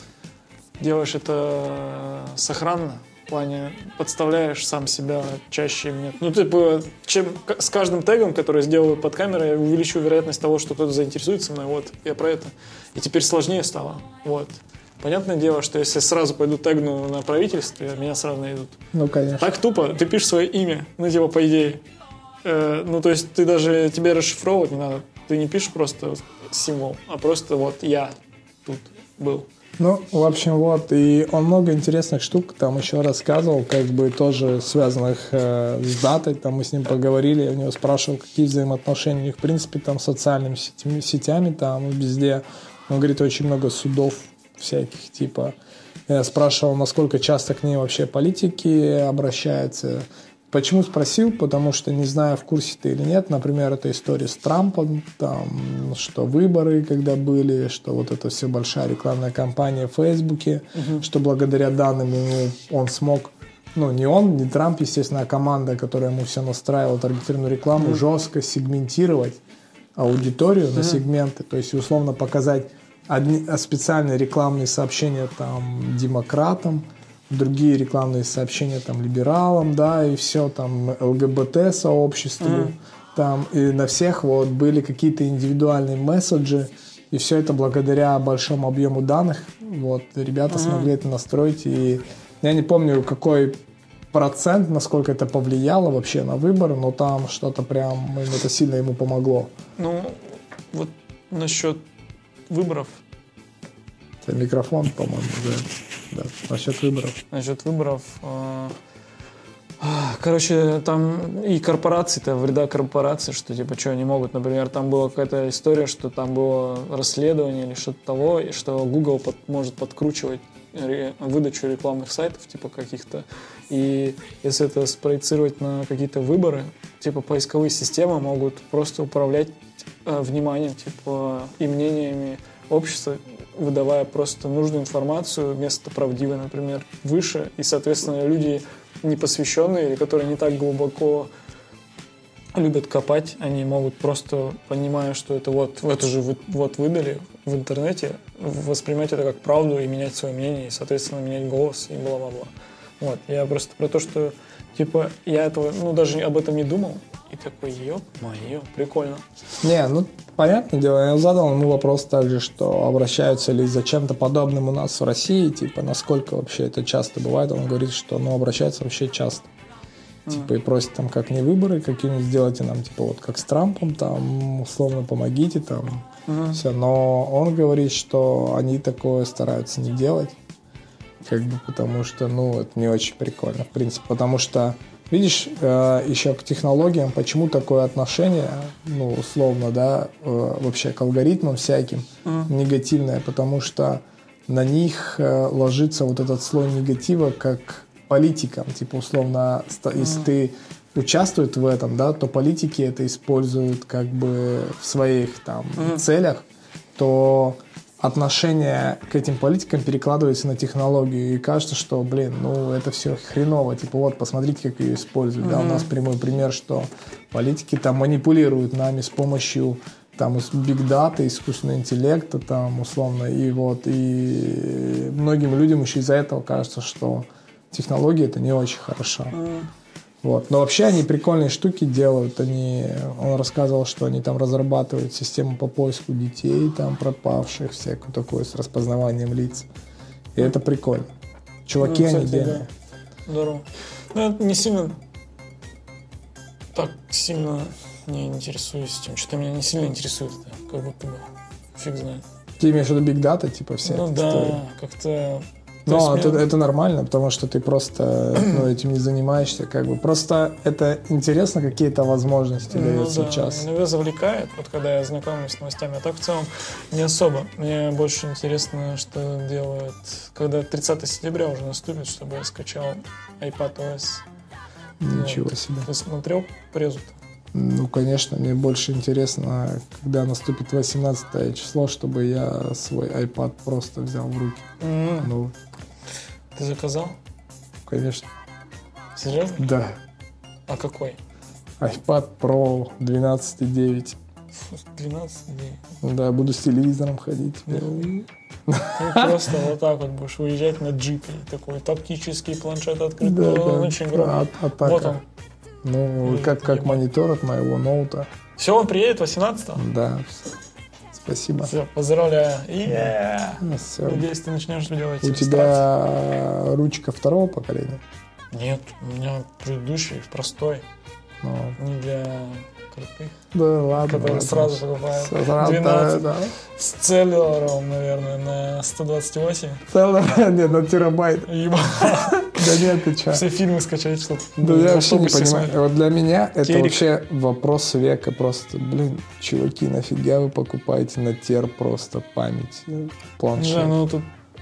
Speaker 2: делаешь это сохранно, в плане подставляешь сам себя чаще или нет. Ну, типа, чем к- с каждым тегом, который я сделаю под камерой, я увеличу вероятность того, что кто-то заинтересуется мной, вот, я про это. И теперь сложнее стало, вот. Понятное дело, что если я сразу пойду тегну на правительстве, меня сразу найдут.
Speaker 1: Ну, конечно.
Speaker 2: Так тупо, ты пишешь свое имя, ну, типа, по идее. Э, ну, то есть, ты даже, тебе расшифровывать не надо. Ты не пишешь просто символ, а просто вот я тут был.
Speaker 1: Ну, в общем, вот, и он много интересных штук там еще рассказывал, как бы тоже связанных э, с датой, там мы с ним поговорили, я у него спрашивал, какие взаимоотношения у них, в принципе, там, с социальными сетями, сетями, там, везде. Он говорит, очень много судов всяких, типа, я спрашивал, насколько часто к ней вообще политики обращаются, почему спросил? Потому что, не знаю, в курсе ты или нет, например, эта история с Трампом, там, что выборы, когда были, что вот это все большая рекламная кампания в Фейсбуке, угу. что благодаря данным ему он смог, ну, не он, не Трамп, естественно, а команда, которая ему все настраивала, таргетированную рекламу, угу. жестко сегментировать аудиторию угу. на сегменты, то есть, условно, показать одни, специальные рекламные сообщения там демократам, другие рекламные сообщения там либералам, да, и все там ЛГБТ-сообществу, mm. там, и на всех вот были какие-то индивидуальные месседжи, и все это благодаря большому объему данных, вот, ребята mm. смогли это настроить, и я не помню, какой процент, насколько это повлияло вообще на выборы, но там что-то прям, это сильно ему помогло.
Speaker 2: Ну, вот насчет выборов.
Speaker 1: Это микрофон, по-моему, да. Да, насчет выборов.
Speaker 2: Насчет выборов. Короче, там и корпорации-то, вреда корпораций, что типа, что они могут, например, там была какая-то история, что там было расследование или что-то того, и что Google под, может подкручивать ре, выдачу рекламных сайтов, типа каких-то, и если это спроецировать на какие-то выборы, типа поисковые системы могут просто управлять э, вниманием, типа, и мнениями общества, выдавая просто нужную информацию вместо правдивой, например, выше. И, соответственно, люди непосвященные, или которые не так глубоко любят копать, они могут просто, понимая, что это вот, это же вы, вот выдали в интернете, воспринимать это как правду и менять свое мнение, и, соответственно, менять голос и бла-бла-бла. Вот. Я просто про то, что, типа, я этого, ну, даже об этом не думал, и такой, ёп-моё, прикольно.
Speaker 1: Не, ну, понятное дело, я задал ему вопрос также, что обращаются ли за чем-то подобным у нас в России, типа, насколько вообще это часто бывает. Он говорит, что, ну, обращаются вообще часто. Mm. Типа, и просят там, как не выборы, какие-нибудь сделайте нам, типа, вот как с Трампом, там, условно, помогите, там, mm-hmm. все. Но он говорит, что они такое стараются не делать, как бы, потому что, ну, это не очень прикольно, в принципе, потому что видишь, э, еще к технологиям, почему такое отношение, ну, условно, да, э, вообще к алгоритмам всяким mm. негативное, потому что на них э, ложится вот этот слой негатива как политикам, типа, условно, mm. если ты участвуешь в этом, да, то политики это используют как бы в своих там mm. целях, то отношение к этим политикам перекладывается на технологию, и кажется, что, блин, ну, это все хреново, типа, вот, посмотрите, как ее используют, mm-hmm. да, у нас прямой пример, что политики там манипулируют нами с помощью, там, биг-даты, искусственного интеллекта, там, условно, и вот, и многим людям еще из-за этого кажется, что технология это не очень хорошо. Mm-hmm. Вот. Но вообще они прикольные штуки делают. Они, он рассказывал, что они там разрабатывают систему по поиску детей, там пропавших, всякую такую с распознаванием лиц. И это прикольно. Чуваки, ну, кстати, они дельные.
Speaker 2: Да. Здорово. Ну, это не сильно так сильно не интересуюсь этим. Что-то меня не сильно интересует это. Как будто бы фиг знает.
Speaker 1: Ты имеешь в виду биг дата, типа, вся
Speaker 2: ну,
Speaker 1: эта
Speaker 2: да,
Speaker 1: история?
Speaker 2: как-то...
Speaker 1: Ну, это,
Speaker 2: меня...
Speaker 1: это нормально, потому что ты просто ну, этим не занимаешься, как бы. Просто это интересно, какие-то возможности ну, дает
Speaker 2: да.
Speaker 1: сейчас.
Speaker 2: Иногда завлекает, вот когда я знакомлюсь с новостями, а так в целом не особо. Мне больше интересно, что делают, когда тридцатого сентября уже наступит, чтобы я скачал iPadOS.
Speaker 1: Ничего
Speaker 2: вот.
Speaker 1: себе.
Speaker 2: Ты смотрел презу-то?
Speaker 1: Ну, конечно, мне больше интересно, когда наступит восемнадцатое число, чтобы я свой iPad просто взял в руки.
Speaker 2: Mm-hmm.
Speaker 1: Ну,
Speaker 2: ты заказал?
Speaker 1: Конечно.
Speaker 2: Серьезно?
Speaker 1: Да.
Speaker 2: А какой?
Speaker 1: iPad Pro двенадцать и девять.
Speaker 2: двенадцать и девять?
Speaker 1: Да, буду с телевизором ходить.
Speaker 2: Mm-hmm. Ты просто вот так вот будешь уезжать на джипе. Такой тактический планшет открыт.
Speaker 1: Да, да.
Speaker 2: Очень громко.
Speaker 1: А,
Speaker 2: вот он.
Speaker 1: Ну, как, как монитор от моего ноута.
Speaker 2: Все, он приедет восемнадцатого?
Speaker 1: Да. Спасибо.
Speaker 2: Все, поздравляю. Yeah.
Speaker 1: Ну, все.
Speaker 2: Надеюсь, ты начнешь делать.
Speaker 1: У тебя ручка второго поколения?
Speaker 2: Нет, у меня предыдущий, простой.
Speaker 1: Ну.
Speaker 2: Не для крутых.
Speaker 1: Да ладно.
Speaker 2: Которые
Speaker 1: ладно.
Speaker 2: сразу покупают.
Speaker 1: Сразу,
Speaker 2: двенадцать.
Speaker 1: Да, да.
Speaker 2: С целлюларом, наверное, на сто двадцать восемь.
Speaker 1: Целлюлар? Нет, на терабайт.
Speaker 2: Еба.
Speaker 1: Да нет, ты че?
Speaker 2: Все фильмы скачать, чтобы...
Speaker 1: Да я вообще не понимаю.
Speaker 2: Смотреть.
Speaker 1: Вот для меня это
Speaker 2: Керик.
Speaker 1: вообще вопрос века. Просто, блин, чуваки, нафига вы покупаете на тер просто память? Планшет.
Speaker 2: Да, ну тут...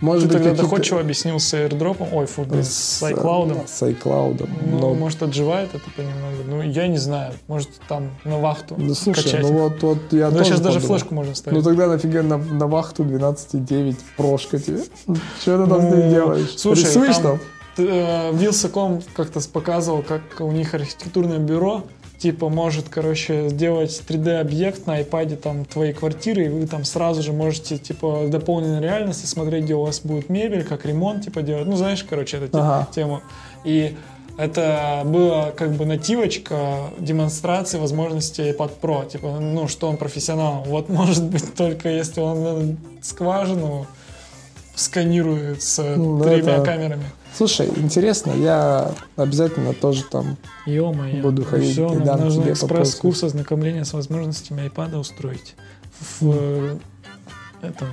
Speaker 1: Может
Speaker 2: Ты
Speaker 1: быть,
Speaker 2: тогда доходчиво объяснил с airdropом, ой, фу, блин, с iCloud.
Speaker 1: С iCloud.
Speaker 2: Ну,
Speaker 1: но...
Speaker 2: может, отживает это понемногу. Ну, я не знаю. Может, там на вахту
Speaker 1: Ну, слушай,
Speaker 2: качать.
Speaker 1: ну вот, вот я
Speaker 2: Ну,
Speaker 1: тоже
Speaker 2: сейчас даже
Speaker 1: подумал.
Speaker 2: флешку можно ставить.
Speaker 1: Ну, тогда нафига на, на вахту двенадцать и девять прошка тебе? Что ты там с ней делаешь?
Speaker 2: Слушай,
Speaker 1: Рисуешь
Speaker 2: там,
Speaker 1: там?
Speaker 2: Ты, э, Вилсаком как-то показывал, как у них архитектурное бюро типа может, короче, сделать три дэ-объект на iPad там твоей квартиры, и вы там сразу же можете, типа, в дополненной реальности смотреть, где у вас будет мебель, как ремонт, типа, делать. Ну, знаешь, короче, эту ага. тему. И это была как бы нативочка демонстрации возможностей iPad Pro. Типа, ну, что он профессионал. Вот, может быть, только если он скважину сканирует с ну, тремя это... камерами.
Speaker 1: Слушай, интересно, я обязательно тоже там
Speaker 2: Ё-моё,
Speaker 1: буду ходить.
Speaker 2: Все, нам нужно экспресс-курс ознакомления с возможностями iPad устроить. В mm. этом...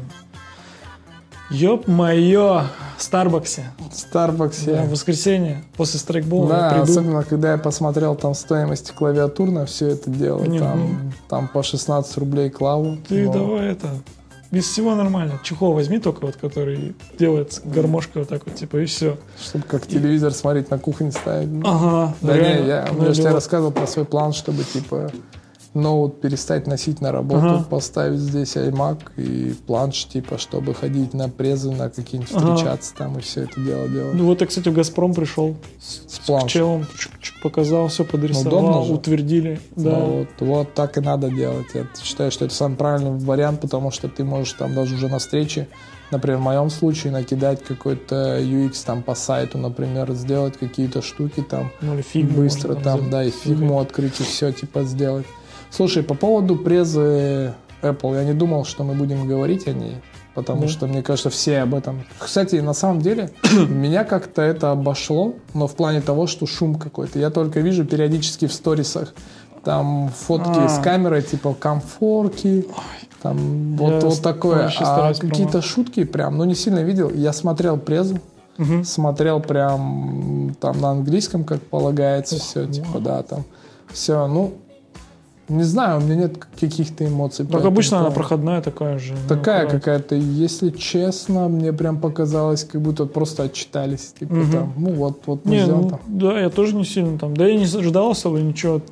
Speaker 2: Ёп-моё, в Старбаксе.
Speaker 1: В Старбаксе.
Speaker 2: Да, в воскресенье, после страйкбола
Speaker 1: да,
Speaker 2: я приду.
Speaker 1: Особенно, когда я посмотрел там стоимость клавиатур на все это дело. Не, там, ну... там по шестнадцать рублей клаву.
Speaker 2: Ты
Speaker 1: но...
Speaker 2: давай это... Без всего нормально. Чехол возьми только вот, который делает гармошкой вот так вот, типа, и все.
Speaker 1: Чтобы как телевизор смотреть на кухне ставить.
Speaker 2: Ага.
Speaker 1: Да реально, не, я, я же тебе рассказывал про свой план, чтобы, типа, ноут перестать носить на работу, ага. поставить здесь iMac и планш, типа, чтобы ходить на презы, на какие-нибудь ага. встречаться там и все это дело делать.
Speaker 2: Ну вот я, кстати, в «Газпром» пришел с, с планшем, показал, все подрисовал, утвердили. Да.
Speaker 1: Ну, вот, вот так и надо делать. Я считаю, что это самый правильный вариант, потому что ты можешь там даже уже на встрече, например, в моем случае, накидать какой-то ю экс там по сайту, например, сделать какие-то штуки там
Speaker 2: ну, или фигму
Speaker 1: быстро там, там да, и фигму открыть и все, типа, сделать. Слушай, по поводу презы Apple, я не думал, что мы будем говорить о ней, потому да. что, мне кажется, все об этом... Кстати, на самом деле, меня как-то это обошло, но в плане того, что шум какой-то. Я только вижу периодически в сторисах там фотки а. с камерой, типа комфорки, там вот, вот такое. А какие-то шутки прям, ну, не сильно видел. Я смотрел презу, угу. смотрел прям там на английском, как полагается, Ух, все, типа, да, там, все, ну... Не знаю, у меня нет каких-то эмоций.
Speaker 2: Как обычно она проходная такая же.
Speaker 1: Такая ну, какая-то, если честно, мне прям показалось, как будто просто отчитались. Типа угу. там, ну вот, вот
Speaker 2: не,
Speaker 1: взял
Speaker 2: ну,
Speaker 1: там.
Speaker 2: Да, я тоже не сильно там. Да я не ожидал особо ничего.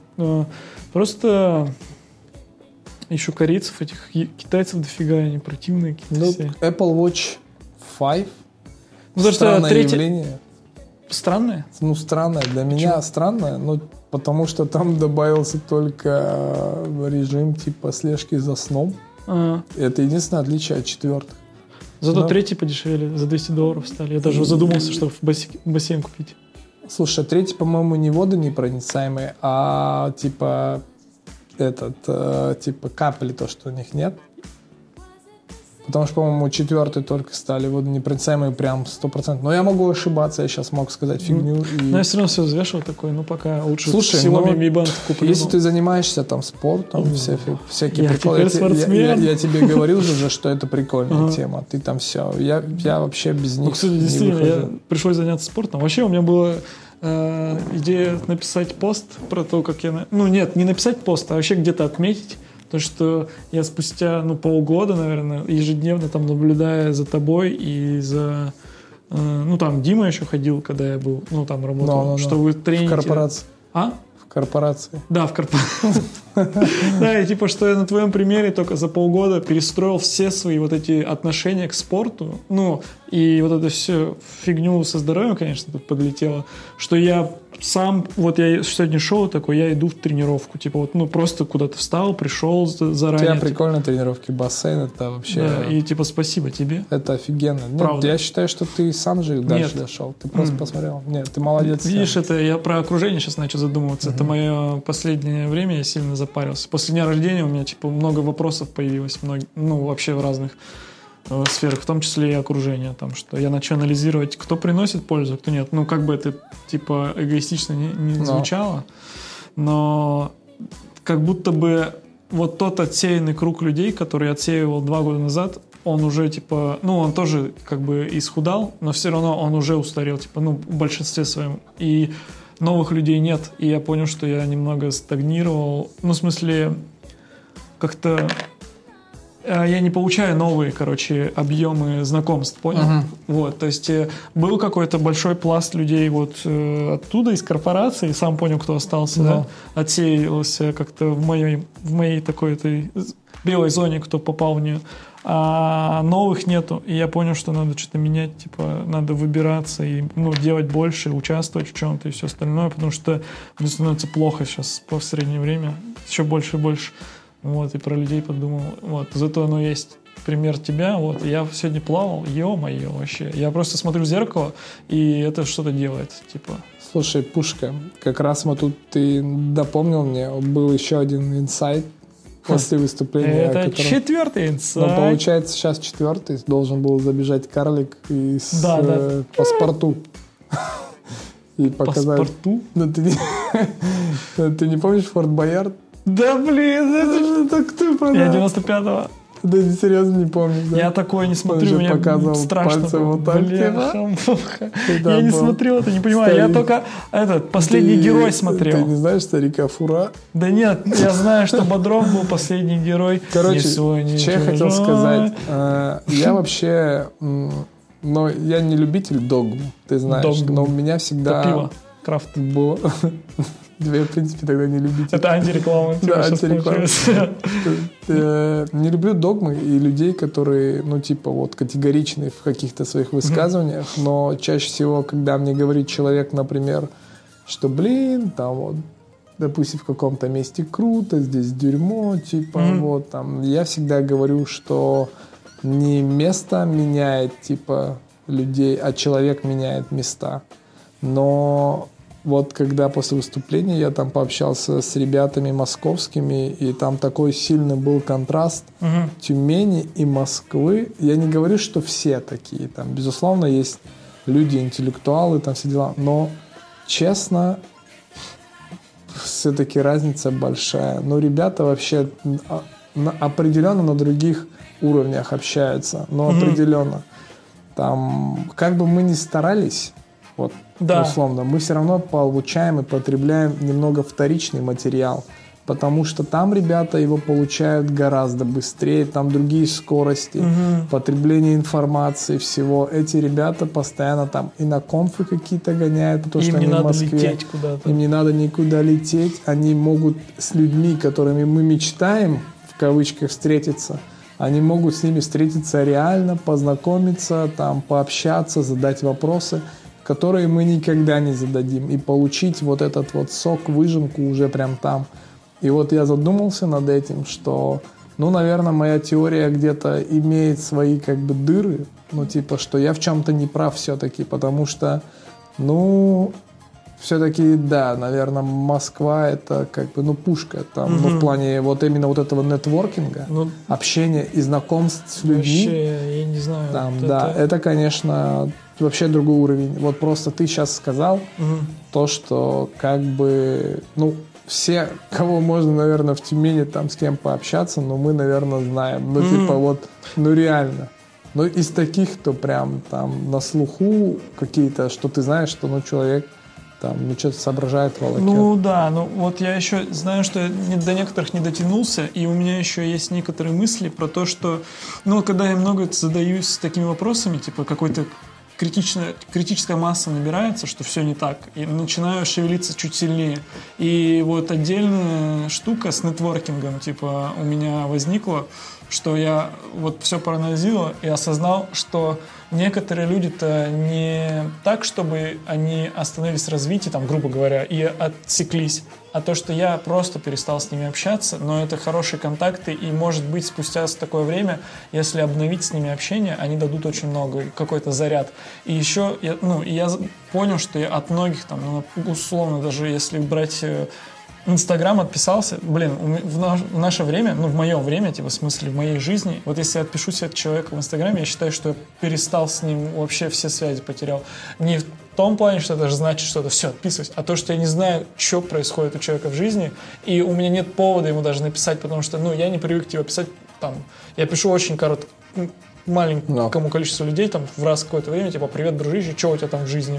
Speaker 2: Просто еще корейцев, этих китайцев дофига, они противные какие-то
Speaker 1: ну,
Speaker 2: все.
Speaker 1: Apple Watch пять.
Speaker 2: Ну,
Speaker 1: странное
Speaker 2: третье...
Speaker 1: явление.
Speaker 2: Странное?
Speaker 1: Ну, странное. Для Почему? меня странное, но потому что там добавился только режим типа слежки за сном. А-а. Это единственное отличие от четвертых.
Speaker 2: Зато но... третий подешевели, за двести долларов стали. Я даже задумался, что в бассейн, бассейн купить.
Speaker 1: Слушай, третий, по-моему, не водонепроницаемый, а типа этот, э, типа капли, то, что у них нет. Потому что, по-моему, четвертый только стали водонепроницаемые прям сто процентов. Но я могу ошибаться, я сейчас мог сказать фигню.
Speaker 2: Mm.
Speaker 1: И...
Speaker 2: Но я все равно все взвешивал такой, ну пока лучше
Speaker 1: Слушай,
Speaker 2: всего
Speaker 1: ну,
Speaker 2: Mi Band куплю.
Speaker 1: Если ты занимаешься там спортом, mm. вся, всякие
Speaker 2: я
Speaker 1: приколы. Я, я, я, я тебе говорил же, что это прикольная ага. тема. Ты там все. Я, я вообще без них
Speaker 2: ну, кстати,
Speaker 1: не
Speaker 2: действительно,
Speaker 1: выхожу.
Speaker 2: Я пришлось заняться спортом. Вообще у меня была э, идея написать пост про то, как я... Ну нет, не написать пост, а вообще где-то отметить. То, что я спустя, ну, полгода, наверное, ежедневно там наблюдая за тобой и за... Э, ну, там Дима еще ходил, когда я был, ну, там работал. No, no, no. Что вы трените...
Speaker 1: В корпорации.
Speaker 2: А?
Speaker 1: В корпорации.
Speaker 2: Да, в корпорации. Да, и типа, что я на твоем примере только за полгода перестроил все свои вот эти отношения к спорту. Ну, и вот это все фигню со здоровьем, конечно, тут подлетело, что я сам, вот я сегодня шел такой, я иду в тренировку, типа вот, ну, просто куда-то встал, пришел заранее.
Speaker 1: У тебя прикольные тренировки, бассейн, это вообще...
Speaker 2: Да, и типа спасибо тебе.
Speaker 1: Это офигенно.
Speaker 2: Правда.
Speaker 1: Нет, я считаю, что ты сам же дальше
Speaker 2: Нет.
Speaker 1: дошел, ты просто mm. посмотрел. Нет, ты молодец.
Speaker 2: Видишь,
Speaker 1: сам.
Speaker 2: это я про окружение сейчас начал задумываться, mm-hmm. это мое последнее время, я сильно запарился. После дня рождения у меня, типа, много вопросов появилось, много, ну, вообще в разных э, сферах, в том числе и окружение, там, что я начал анализировать, кто приносит пользу, кто нет. Ну, как бы это, типа, эгоистично не, не звучало, но как будто бы вот тот отсеянный круг людей, который отсеивал два года назад, он уже, типа, ну, он тоже, как бы, исхудал, но все равно он уже устарел, типа, ну, в большинстве своем. И новых людей нет, и я понял, что я немного стагнировал. Ну, в смысле, как-то я не получаю новые, короче, объемы знакомств, понял? Uh-huh. Вот, то есть был какой-то большой пласт людей вот э, оттуда, из корпорации, сам понял, кто остался, uh-huh. да, отсеялся как-то в моей, в моей такой этой белой зоне, кто попал в нее, а новых нету, и я понял, что надо что-то менять, типа, надо выбираться и, ну, делать больше, участвовать в чем-то и все остальное, потому что мне становится плохо сейчас в среднее время, еще больше и больше. Вот, и про людей подумал. Вот, зато оно есть пример тебя. Вот, я сегодня плавал, ё-моё, вообще. Я просто смотрю в зеркало, и это что-то делает, типа.
Speaker 1: Слушай, Пушка, как раз мы тут, ты дополнил мне, был еще один инсайт после выступления.
Speaker 2: Это котором... четвертый инсайт.
Speaker 1: Ну, получается, сейчас четвертый. Должен был забежать карлик и с
Speaker 2: да, да.
Speaker 1: Э, паспорту. И показать.
Speaker 2: Паспорту?
Speaker 1: Ну, ты не, ты не помнишь Форт Боярд?
Speaker 2: Да блин, это,
Speaker 1: это кто продал?
Speaker 2: Я девяносто пятого.
Speaker 1: Да, серьезно не помню. Да?
Speaker 2: Я такое не смотрю, мне страшно.
Speaker 1: Вот так,
Speaker 2: Бляха, я не смотрю это, не понимаю. Старик. Я только этот последний ты, герой смотрел.
Speaker 1: Ты не знаешь старика Фура?
Speaker 2: Да нет, я знаю, что Бодров был последний герой.
Speaker 1: Короче, что я хотел сказать. Я вообще, но я не любитель догм, ты знаешь. Догм. Но у меня всегда
Speaker 2: пиво, крафт
Speaker 1: было. Я, в принципе, тогда не любитель.
Speaker 2: Это антиреклама.
Speaker 1: Да, антиреклама. Не люблю догмы и людей, которые, ну, типа, вот, категоричны в каких-то своих высказываниях, но чаще всего, когда мне говорит человек, например, что, блин, там, вот, допустим, в каком-то месте круто, здесь дерьмо, типа, mm-hmm. вот, там, я всегда говорю, что не место меняет, типа, людей, а человек меняет места. Но... Вот когда после выступления я там пообщался с ребятами московскими, и там такой сильный был контраст угу. Тюмени и Москвы. Я не говорю, что все такие. Там, безусловно, есть люди, интеллектуалы, там все дела. Но, честно, все-таки разница большая. Но ребята вообще определенно на других уровнях общаются. Но угу. определенно. Там, как бы мы ни старались... Вот, да. условно, мы все равно получаем и потребляем немного вторичный материал, потому что там ребята его получают гораздо быстрее, там другие скорости, угу. потребление информации, всего. Эти ребята постоянно там и на конфы какие-то гоняют, потому
Speaker 2: им
Speaker 1: что
Speaker 2: не
Speaker 1: они
Speaker 2: надо
Speaker 1: в Москве.
Speaker 2: Лететь куда-то.
Speaker 1: Им не надо никуда лететь, они могут с людьми, которыми мы мечтаем, в кавычках, встретиться, они могут с ними встретиться реально, познакомиться, там, пообщаться, задать вопросы, которые мы никогда не зададим, и получить вот этот вот сок, выжимку уже прям там. И вот я задумался над этим, что, ну, наверное, моя теория где-то имеет свои как бы дыры, ну, типа, что я в чем-то не прав все-таки, потому что, ну, все-таки, да, наверное, Москва это как бы, ну, пушка там, угу. ну, в плане вот именно вот этого нетворкинга, ну, общения и знакомств с людьми.
Speaker 2: Вообще, я не знаю.
Speaker 1: Там, вот да, это... это, конечно, вообще другой уровень. Вот просто ты сейчас сказал угу. то, что как бы, ну, все, кого можно, наверное, в Тюмени там с кем пообщаться, но мы, наверное, знаем. Ну, угу. типа вот, ну, реально. Ну, из таких, кто прям там на слуху какие-то, что ты знаешь, что, ну, человек там, ну, что-то соображает, волокет.
Speaker 2: Ну, да, ну, вот я еще знаю, что я до некоторых не дотянулся, и у меня еще есть некоторые мысли про то, что, ну, когда я много задаюсь такими вопросами, типа, какой-то критичная, критическая масса набирается, что все не так, и начинаю шевелиться чуть сильнее. И вот отдельная штука с нетворкингом, типа, у меня возникла, что я вот все проанализировал и осознал, что некоторые люди-то не так, чтобы они остановились в развитии, там, грубо говоря, и отсеклись, а то, что я просто перестал с ними общаться, но это хорошие контакты, и, может быть, спустя такое время, если обновить с ними общение, они дадут очень много, какой-то заряд. И еще, я, ну, я понял, что я от многих, там, ну, условно, даже если брать... Инстаграм отписался, блин, в, наш, в наше время, ну, в мое время, типа, в смысле, в моей жизни, вот если я отпишусь от человека в Инстаграме, я считаю, что я перестал с ним, вообще все связи потерял. Не в том плане, что это же значит что-то, все, отписываюсь, а то, что я не знаю, что происходит у человека в жизни, и у меня нет повода ему даже написать, потому что, ну, я не привык тебе писать, там, я пишу очень коротко, маленькому no. количеству людей, там, в раз какое-то время, типа, привет, дружище, что у тебя там в жизни?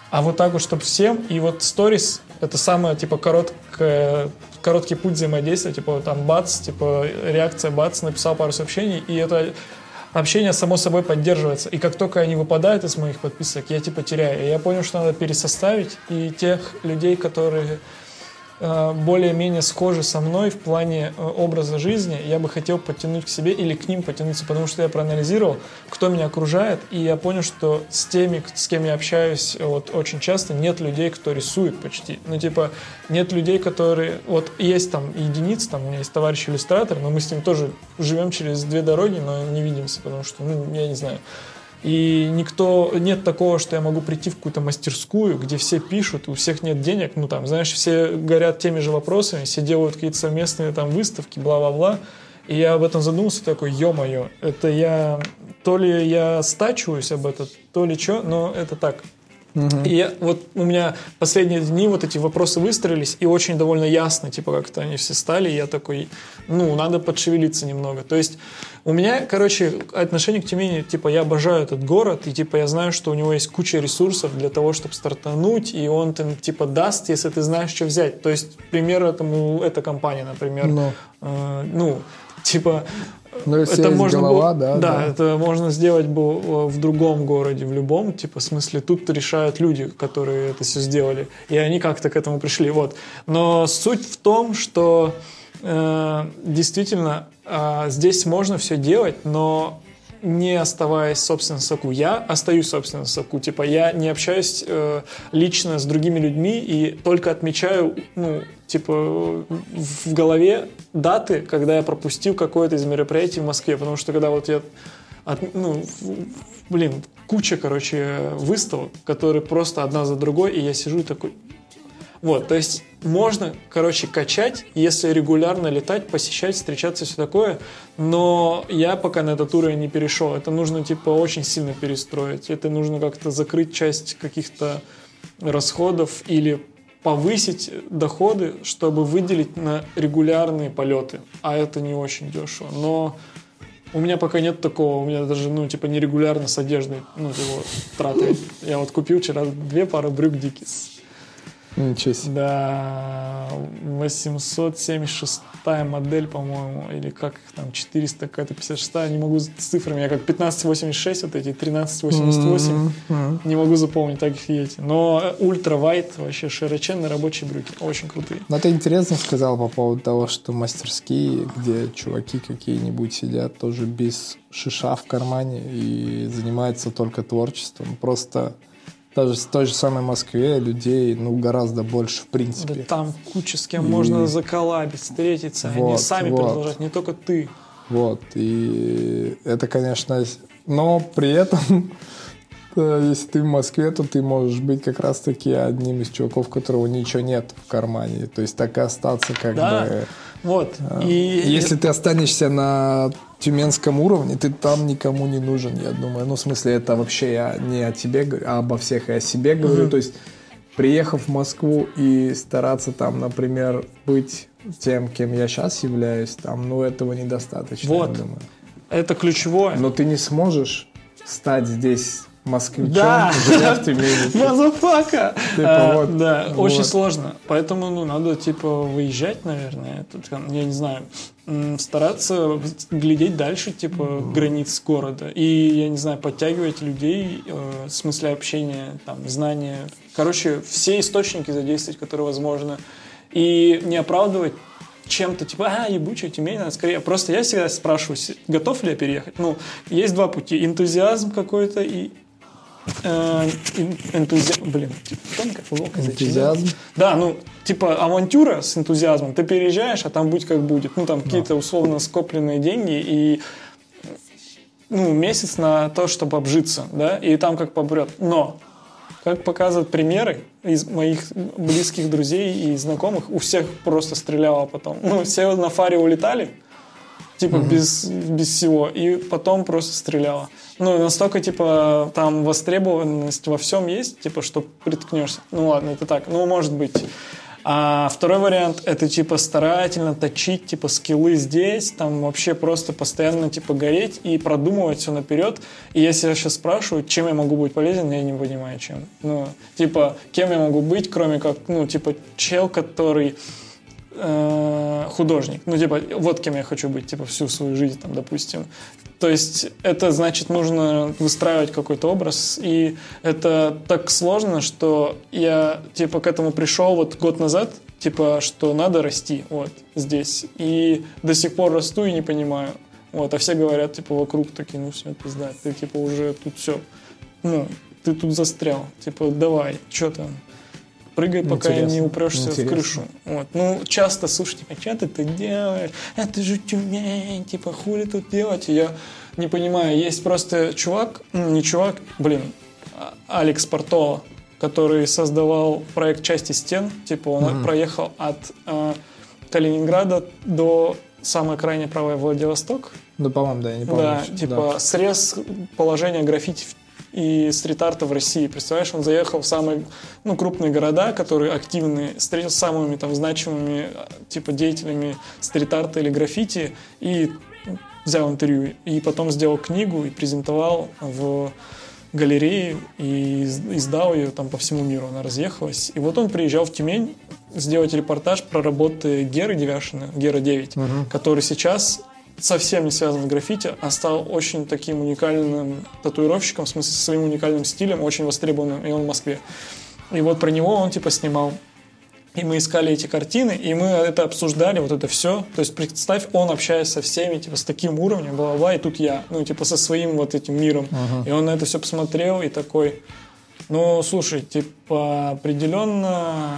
Speaker 2: а вот так вот, чтобы всем. И вот сторис — это самое, типа, короткое, короткий путь взаимодействия, типа, там, бац, типа, реакция, бац, написал пару сообщений, и это общение само собой поддерживается. И как только они выпадают из моих подписок, я, типа, теряю. И я понял, что надо пересоставить, и тех людей, которые более-менее схожи со мной в плане образа жизни, я бы хотел подтянуть к себе или к ним потянуться, потому что я проанализировал, кто меня окружает, и я понял, что с теми, с кем я общаюсь вот очень часто, нет людей, кто рисует почти. Ну, типа, нет людей, которые... Вот есть там единицы, там у меня есть товарищ-иллюстратор, но мы с ним тоже живем через две дороги, но не видимся, потому что, ну, я не знаю... И никто, нет такого, что я могу прийти в какую-то мастерскую, где все пишут, у всех нет денег, ну там, знаешь, все горят теми же вопросами, все делают какие-то совместные там выставки, бла-бла-бла. И я об этом задумался, такой, ё-моё, это я, то ли я стачиваюсь об этом, то ли что, но это так. Uh-huh. И я, вот у меня последние дни вот эти вопросы выстроились, и очень довольно ясно, типа, как-то они все стали, и я такой, ну, надо подшевелиться немного. То есть у меня, короче, отношение к Тюмени, типа, я обожаю этот город, и, типа, я знаю, что у него есть куча ресурсов для того, чтобы стартануть, и он там, типа, даст, если ты знаешь, что взять. То есть, пример этому, эта компания, например, no. э, ну, типа...
Speaker 1: Ну, если
Speaker 2: это
Speaker 1: есть
Speaker 2: можно
Speaker 1: голова,
Speaker 2: было,
Speaker 1: да,
Speaker 2: да,
Speaker 1: да.
Speaker 2: это можно сделать бы в другом городе, в любом, типа, в смысле, тут решают люди, которые это все сделали, и они как-то к этому пришли, вот. Но суть в том, что э, действительно э, здесь можно все делать, но не оставаясь в собственном соку. Я остаюсь в собственном соку, типа, я не общаюсь э, лично с другими людьми и только отмечаю, ну, типа, в голове даты, когда я пропустил какое-то из мероприятий в Москве, потому что когда вот я, от, ну, блин, куча, короче, выставок, которые просто одна за другой, и я сижу и такой... Вот, то есть можно, короче, качать, если регулярно летать, посещать, встречаться, все такое, но я пока на этот уровень не перешел. Это нужно, типа, очень сильно перестроить. Это нужно как-то закрыть часть каких-то расходов или повысить доходы, чтобы выделить на регулярные полеты. А это не очень дешево. Но у меня пока нет такого. У меня даже, ну, типа, нерегулярно с одеждой, ну, его траты. Я вот купил вчера две пары брюк Диккис.
Speaker 1: Ничего себе.
Speaker 2: Да, восемьсот семьдесят шестая модель, по-моему, или как там, четыреста какая-то пятьдесят шестая, не могу с цифрами, я как пятнадцать восемьдесят шесть, вот эти тринадцать восемьдесят восемь, mm-hmm. не могу запомнить, так их и эти. Но ультра-вайт, вообще широченные рабочие брюки, очень крутые.
Speaker 1: Ну, ты интересно сказал по поводу того, что мастерские, где чуваки какие-нибудь сидят тоже без шиша в кармане и занимаются только творчеством, просто... Даже в той же самой Москве людей, ну, гораздо больше, в принципе.
Speaker 2: Да там куча с кем
Speaker 1: и...
Speaker 2: можно заколабить, встретиться, вот, они сами вот. Продолжать, не только ты.
Speaker 1: Вот, и это, конечно... Но при этом, если ты в Москве, то ты можешь быть как раз-таки одним из чуваков, у которого ничего нет в кармане. То есть так и остаться как
Speaker 2: да.
Speaker 1: бы...
Speaker 2: Вот.
Speaker 1: И... Если ты останешься на тюменском уровне, ты там никому не нужен, я думаю. Ну, в смысле, это вообще я не о тебе говорю, а обо всех и о себе говорю. Mm-hmm. То есть, приехав в Москву и стараться там, например, быть тем, кем я сейчас являюсь, там, ну, этого недостаточно,
Speaker 2: вот.
Speaker 1: Я думаю.
Speaker 2: Это ключевое.
Speaker 1: Но ты не сможешь стать здесь москвичом,
Speaker 2: да.
Speaker 1: живя в Тюмени.
Speaker 2: Мазафака!
Speaker 1: Типа,
Speaker 2: а,
Speaker 1: вот,
Speaker 2: да,
Speaker 1: вот.
Speaker 2: Очень сложно. Поэтому, ну, надо, типа, выезжать, наверное. Тут, я не знаю, стараться глядеть дальше, типа, mm-hmm. границ города. И, я не знаю, подтягивать людей, э, в смысле общения, там, знания. Короче, все источники задействовать, которые возможно. И не оправдывать чем-то, типа, а, ебучая Тюмень, надо скорее. Просто я всегда спрашиваю, готов ли я переехать? Ну, есть два пути. Энтузиазм какой-то и э, энтузиазм. Блин, тонко футболка.
Speaker 1: Энтузиазм?
Speaker 2: Да, ну, типа, авантюра с энтузиазмом. Ты переезжаешь, а там будь как будет. Ну, там да. какие-то условно скопленные деньги и ну, месяц на то, чтобы обжиться, да, и там как побрет. Но как показывают примеры из моих близких друзей и знакомых, у всех просто стреляло потом. Ну, все на фаре улетали, типа, mm-hmm. без, без всего, и потом просто стреляло. Ну, настолько, типа, там востребованность во всем есть, типа, что приткнешься. Ну, ладно, это так, ну, может быть. А второй вариант — это, типа, старательно точить, типа, скиллы здесь, там вообще просто постоянно, типа, гореть и продумывать все наперед. И если я сейчас спрашиваю, чем я могу быть полезен, я не понимаю, чем. Ну, типа, кем я могу быть, кроме как, ну, типа, чел, который э, художник. Ну, типа, вот кем я хочу быть, типа, всю свою жизнь, там, допустим. То есть это значит, нужно выстраивать какой-то образ, и это так сложно, что я, типа, к этому пришел вот год назад, типа, что надо расти вот здесь, и до сих пор расту и не понимаю, вот, а все говорят, типа, вокруг такие, ну все, пизда, ты, типа, уже тут все, ну, ты тут застрял, типа, давай, что там, прыгай, пока Интересно. не упрешься Интересно. в крышу. Вот. Ну, часто, слушай, типа, что ты тут делаешь? Это же Тюмень, типа, хули тут делать? И я не понимаю, есть просто чувак, не чувак, блин, Алекс Портола, который создавал проект «Части стен», типа, он mm-hmm. проехал от э, Калининграда до самой крайней правой Владивосток.
Speaker 1: Ну, по-моему, да, я не помню.
Speaker 2: Да, типа, да. срез положения граффити в и стрит-арта в России. Представляешь, он заехал в самые, ну, крупные города, которые активны, встретился с самыми там значимыми типа деятелями стрит-арта или граффити и взял интервью. И потом сделал книгу и презентовал в галерее и издал ее там по всему миру. Она разъехалась. И вот он приезжал в Тюмень сделать репортаж про работы Геры Девяшина, Гера девять, угу. который сейчас совсем не связан с граффити, а стал очень таким уникальным татуировщиком, в смысле, со своим уникальным стилем, очень востребованным, и он в Москве. И вот про него он, типа, снимал. И мы искали эти картины, и мы это обсуждали, вот это все. То есть, представь, он общается со всеми, типа, с таким уровнем, бла-бла, и тут я, ну, типа, со своим вот этим миром. Uh-huh. И он на это все посмотрел и такой, ну, слушай, типа, определенно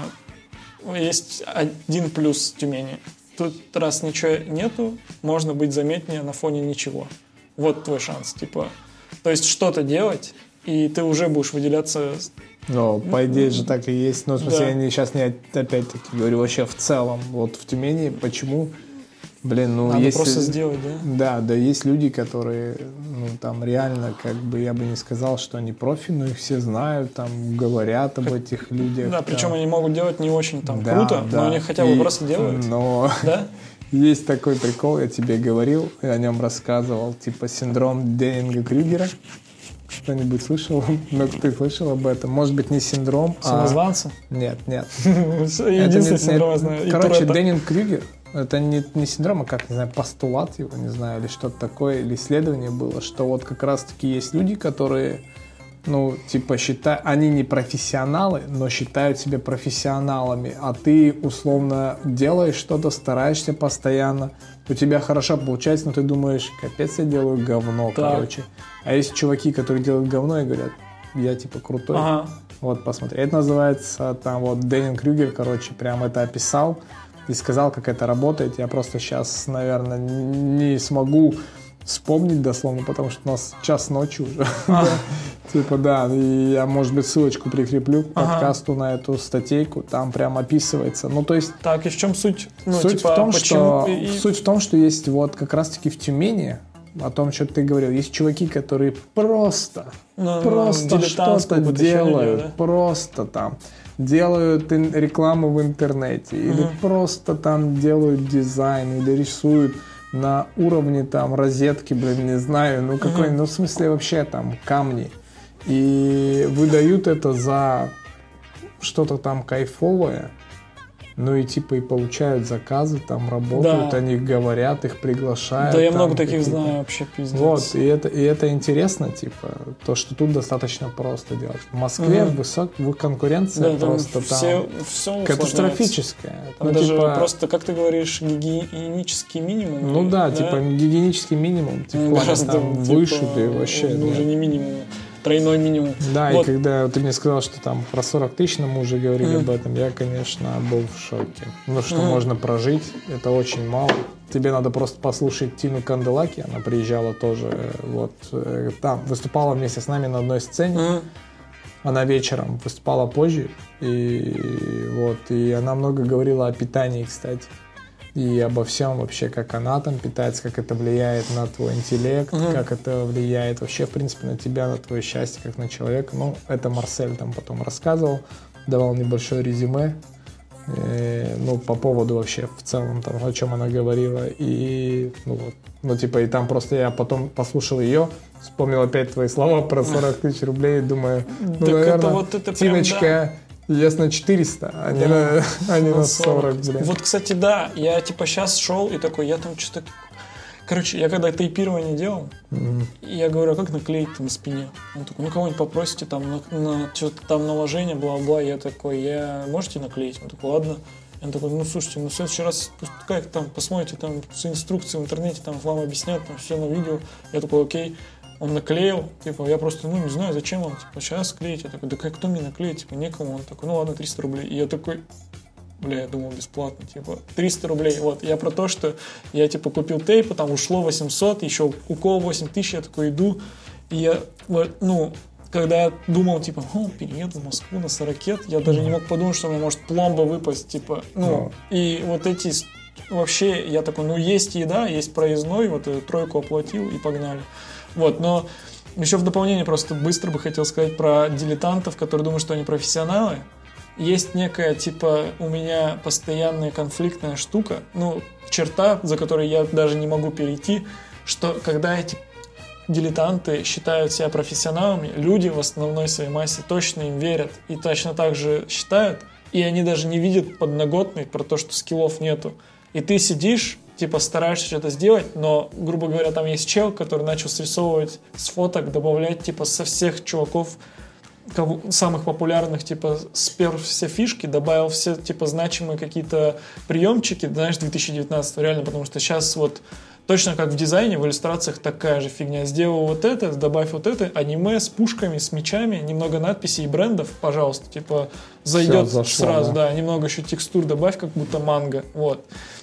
Speaker 2: есть один плюс Тюмени. Тут, раз ничего нету, можно быть заметнее на фоне ничего. Вот твой шанс, типа. То есть что-то делать, и ты уже будешь выделяться.
Speaker 1: Ну, по идее же так и есть. Ну, в смысле, да. я не, сейчас не опять-таки говорю вообще в целом. Вот в Тюмени почему, блин, ну,
Speaker 2: Надо
Speaker 1: есть...
Speaker 2: просто сделать, да?
Speaker 1: Да, да, есть люди, которые, ну, там реально, как бы, я бы не сказал, что они профи, но их все знают, там, говорят об этих людях.
Speaker 2: Да,
Speaker 1: там.
Speaker 2: Причем они могут делать не очень там
Speaker 1: да,
Speaker 2: круто,
Speaker 1: да.
Speaker 2: но они хотя бы
Speaker 1: и,
Speaker 2: просто делают.
Speaker 1: Но
Speaker 2: да?
Speaker 1: есть такой прикол, я тебе говорил, я о нем рассказывал, типа синдром Деннинга-Крюгера. Кто-нибудь слышал? Ну, ты слышал об этом? Может быть, не синдром,
Speaker 2: Самозванца?
Speaker 1: а... Нет, нет.
Speaker 2: Единственный синдром я знаю.
Speaker 1: Короче, Деннинг-Крюгер, это не, не синдром, а как, не знаю, постулат его, не знаю, или что-то такое, или исследование было, что вот как раз-таки есть люди, которые, ну, типа, считают, они не профессионалы, но считают себя профессионалами, а ты, условно, делаешь что-то, стараешься постоянно, у тебя хорошо получается, но ты думаешь, капец, я делаю говно, так. короче. А есть чуваки, которые делают говно и говорят, я, типа, крутой.
Speaker 2: Ага.
Speaker 1: Вот, посмотри. Это называется, там, вот, Деннинг-Крюгер, короче, прям это описал и сказал, как это работает. Я просто сейчас, наверное, не смогу вспомнить дословно, потому что у нас час ночи уже. Ага. Типа, да, и я, может быть, ссылочку прикреплю к подкасту ага. на эту статейку, там прям описывается. Ну, то есть...
Speaker 2: Так, и в чем суть? Ну,
Speaker 1: суть,
Speaker 2: типа,
Speaker 1: в том,
Speaker 2: почему...
Speaker 1: что,
Speaker 2: и...
Speaker 1: суть в том, что есть вот как раз-таки в Тюмени, о том, что ты говорил, есть чуваки, которые просто, ну, просто что-то делают, да? Просто там делают рекламу в интернете, mm-hmm. или просто там делают дизайн, или рисуют на уровне там розетки, блин, не знаю, ну какой, mm-hmm. ну в смысле вообще там камни. И выдают это за что-то там кайфовое, ну и типа и получают заказы, там работают, да. о них говорят, их приглашают.
Speaker 2: Да, я
Speaker 1: там,
Speaker 2: много таких
Speaker 1: какие-то...
Speaker 2: знаю вообще, пиздец.
Speaker 1: Вот, и это, и это интересно, типа, то, что тут достаточно просто делать. В Москве угу. высок, конкуренция да, просто там,
Speaker 2: все, все
Speaker 1: катастрофическая.
Speaker 2: Там ну, даже типа... просто, как ты говоришь, гигиенический минимум.
Speaker 1: Ну да, да? типа гигиенический минимум, типа,
Speaker 2: гораздо
Speaker 1: там типа, выше ты вообще.
Speaker 2: Ну,
Speaker 1: да.
Speaker 2: уже не минимум. Тройной минимум.
Speaker 1: Да,
Speaker 2: вот.
Speaker 1: И когда ты мне сказал, что там про сорок тысяч, мы уже говорили mm. об этом, я, конечно, был в шоке. Ну, что mm. можно прожить, это очень мало. Тебе надо просто послушать Тину Канделаки, она приезжала тоже, вот, там, выступала вместе с нами на одной сцене. Mm. Она вечером выступала позже, и вот, и она много говорила о питании, кстати. И обо всем вообще, как она там питается, как это влияет на твой интеллект, угу. как это влияет вообще, в принципе, на тебя, на твое счастье, как на человека. Ну, это Марсель там потом рассказывал, давал небольшое резюме. И, ну, по поводу вообще в целом, там, о чем она говорила. И, ну, вот, ну, типа, и там просто я потом послушал ее, вспомнил опять твои слова про сорок тысяч рублей, думаю, ну,
Speaker 2: так
Speaker 1: наверное,
Speaker 2: это вот это
Speaker 1: Тиночка...
Speaker 2: Прям, да.
Speaker 1: Есть на четыреста, а не на, а не на сорок, блин.
Speaker 2: Вот, кстати, да, я типа сейчас шел и такой, я там что-то... Короче, я когда тейпирование делал, mm-hmm. я говорю, а как наклеить на спине? Он такой, ну кого-нибудь попросите там на, на что-то там наложение, бла-бла. Я такой, я можете наклеить? Он такой, ладно. Я такой, ну слушайте, ну в следующий раз как там посмотрите там с инструкцией в интернете, там вам объяснят, там все на видео. Я такой, окей. Он наклеил, типа, я просто, ну, не знаю, зачем он, типа, сейчас клеить. Я такой, да как, кто мне наклеит, типа, некому. Он такой, ну ладно, триста рублей. И я такой, бля, я думал, бесплатно, типа, триста рублей. Вот, я про то, что я, типа, купил тейпы, там ушло восемьсот, еще укол восемь тысяч, я такой иду. И я, ну, когда я думал, типа, о, перееду в Москву на сорокет, я даже не мог подумать, что у меня может пломба выпасть, типа, ну, и вот эти, вообще, я такой, ну, есть еда, есть проездной, вот тройку оплатил и погнали. Вот, но еще в дополнение просто быстро бы хотел сказать про дилетантов, которые думают, что они профессионалы. Есть некая, типа, у меня постоянная конфликтная штука, ну, черта, за которой я даже не могу перейти, что когда эти дилетанты считают себя профессионалами, люди в основной своей массе точно им верят и точно так же считают, и они даже не видят подноготной про то, что скиллов нету. И ты сидишь, типа, стараешься что-то сделать, но, грубо говоря, там есть чел, который начал срисовывать с фоток, добавлять, типа, со всех чуваков, кого, самых популярных, типа, спер все фишки, добавил все, типа, значимые какие-то приемчики, знаешь, две тысячи девятнадцатого, реально, потому что сейчас вот точно как в дизайне, в иллюстрациях такая же фигня. Сделал вот это, добавь вот это, аниме с пушками, с мечами, немного надписей и брендов, пожалуйста, типа, зайдет зашло, сразу, да. да, немного еще текстур добавь, как будто манго, вот.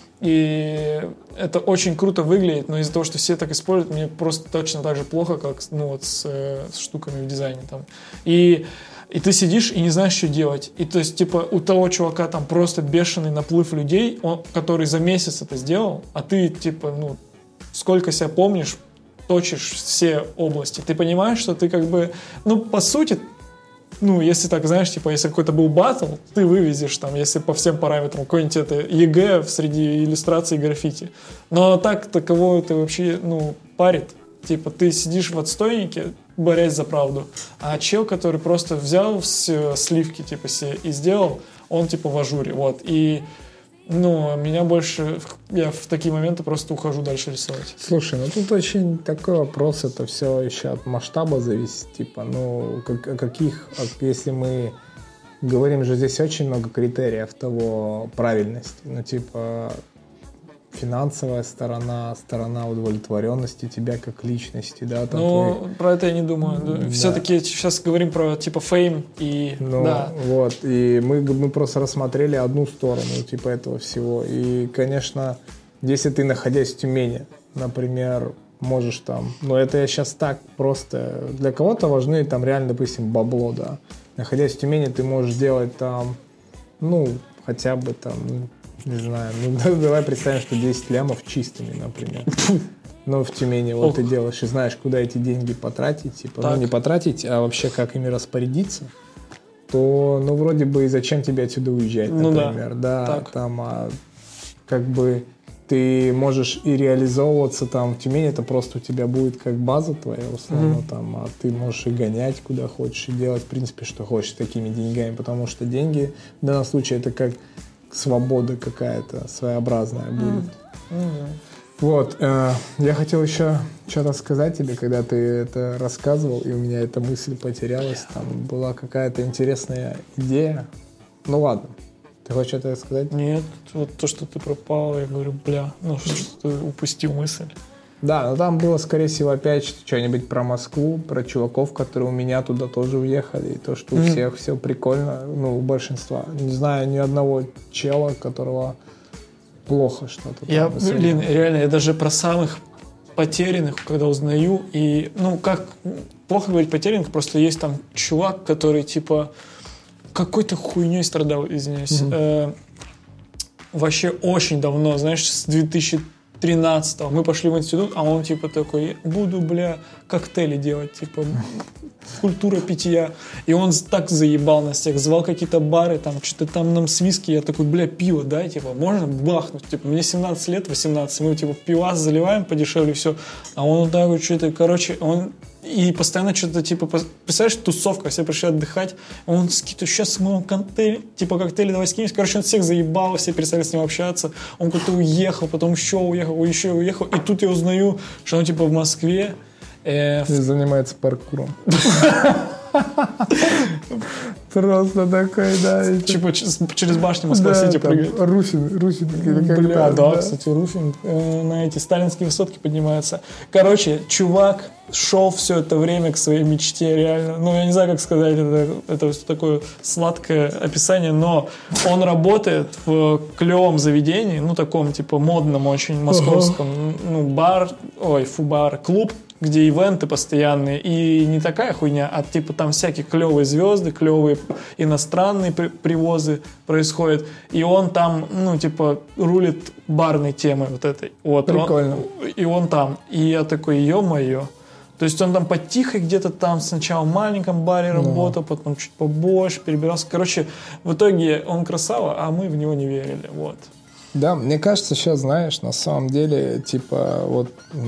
Speaker 2: И это очень круто выглядит, но из-за того, что все так используют, мне просто точно так же плохо, как, ну, вот с, с штуками в дизайне там. И, и ты сидишь и не знаешь, что делать. И то есть, типа, у того чувака там просто бешеный наплыв людей, он, который за месяц это сделал, а ты, типа, ну, сколько себя помнишь, точишь все области. Ты понимаешь, что ты как бы, ну, по сути, ну, если так, знаешь, типа, если какой-то был баттл, ты вывезешь там, если по всем параметрам, какой-нибудь это ЕГЭ среди иллюстраций и граффити. Но так таково это вообще, ну, парит. Типа, ты сидишь в отстойнике, борясь за правду, а чел, который просто взял все сливки, типа, все и сделал, он, типа, в ажуре, вот. И, ну, меня больше, я в такие моменты просто ухожу дальше рисовать.
Speaker 1: Слушай, ну тут очень такой вопрос, это все еще от масштаба зависит, типа, ну, как, о каких, если мы говорим же здесь очень много критериев того правильности, ну, типа, финансовая сторона, сторона удовлетворенности тебя как личности, да? Там
Speaker 2: ну,
Speaker 1: твои...
Speaker 2: про это я не думаю. Да. Все-таки сейчас говорим про, типа, фейм и...
Speaker 1: Ну,
Speaker 2: да.
Speaker 1: вот, и мы, мы просто рассмотрели одну сторону, типа, этого всего. И, конечно, если ты, находясь в Тюмени, например, можешь там... Ну, это я сейчас так просто... Для кого-то важны там реально, допустим, бабло, да? Находясь в Тюмени, ты можешь делать там, ну, хотя бы там... Не знаю, ну давай представим, что десять лямов чистыми, например. Ну, в Тюмени вот Ох. Ты делаешь и знаешь, куда эти деньги потратить. Типа, так. ну не потратить, а вообще как ими распорядиться. То, ну, вроде бы, и зачем тебе отсюда уезжать, например. Ну, да, да там, а, как бы ты можешь и реализовываться там в Тюмени, это просто у тебя будет как база твоя, условно, mm-hmm. там, а ты можешь и гонять куда хочешь, и делать, в принципе, что хочешь с такими деньгами, потому что деньги в данном случае это как свобода какая-то своеобразная будет. Mm-hmm. Вот, э, я хотел еще что-то сказать тебе, когда ты это рассказывал, и у меня эта мысль потерялась. Там была какая-то интересная идея. Ну ладно, ты хочешь что-то сказать?
Speaker 2: Нет, вот то, что ты пропал, я говорю, бля, ну что ты упустил мысль.
Speaker 1: Да, но там было, скорее всего, опять что-нибудь про Москву, про чуваков, которые у меня туда тоже уехали, и то, что mm-hmm. у всех все прикольно, ну, у большинства. Не знаю ни одного чела, которого плохо что-то.
Speaker 2: Я, блин, реально, я даже про самых потерянных, когда узнаю, и, ну, как, плохо говорить потерянных, просто есть там чувак, который, типа, какой-то хуйней страдал, извиняюсь, mm-hmm. э, вообще очень давно, знаешь, с две тысячи тринадцатого мы пошли в институт, а он типа такой, буду, бля, коктейли делать, типа культура питья. И он так заебал нас всех, звал какие-то бары, там, что-то там нам с виски, я такой, бля, пиво, да, типа, можно бахнуть? Типа, мне семнадцать лет, восемнадцать, мы, типа, пивас заливаем подешевле, все. А он вот так вот что-то, короче, он и постоянно что-то, типа, представляешь, тусовка, все пришли отдыхать, он скидывает, сейчас мы вам коктейль, типа, коктейли давай скинемся. Короче, он всех заебал, все перестали с ним общаться. Он куда-то уехал, потом еще уехал, еще уехал. И тут я узнаю, что он, типа, в Москве. Э,
Speaker 1: и занимается паркуром. Просто такой, да.
Speaker 2: Типа через башню Москва-Сити прыгает.
Speaker 1: Руфинг, руфинг.
Speaker 2: Бля, да, кстати, руфинг на эти сталинские высотки поднимается. Короче, чувак шел все это время к своей мечте, реально. Ну, я не знаю, как сказать, это, это такое сладкое описание, но он работает в клевом заведении, ну, таком, типа, модном очень, московском, ну, бар, ой, фу, бар, клуб, где ивенты постоянные, и не такая хуйня, а типа там всякие клевые звезды, клевые иностранные при- привозы происходят, и он там, ну, типа, рулит барной темой вот этой. Вот,
Speaker 1: прикольно.
Speaker 2: Он, и он там. И я такой, ё-моё. То есть он там потихо где-то там сначала в маленьком баре работал, потом чуть побольше перебирался. Короче, в итоге он красава, а мы в него не верили, вот.
Speaker 1: Да, мне кажется, сейчас, знаешь, на самом деле, типа, вот,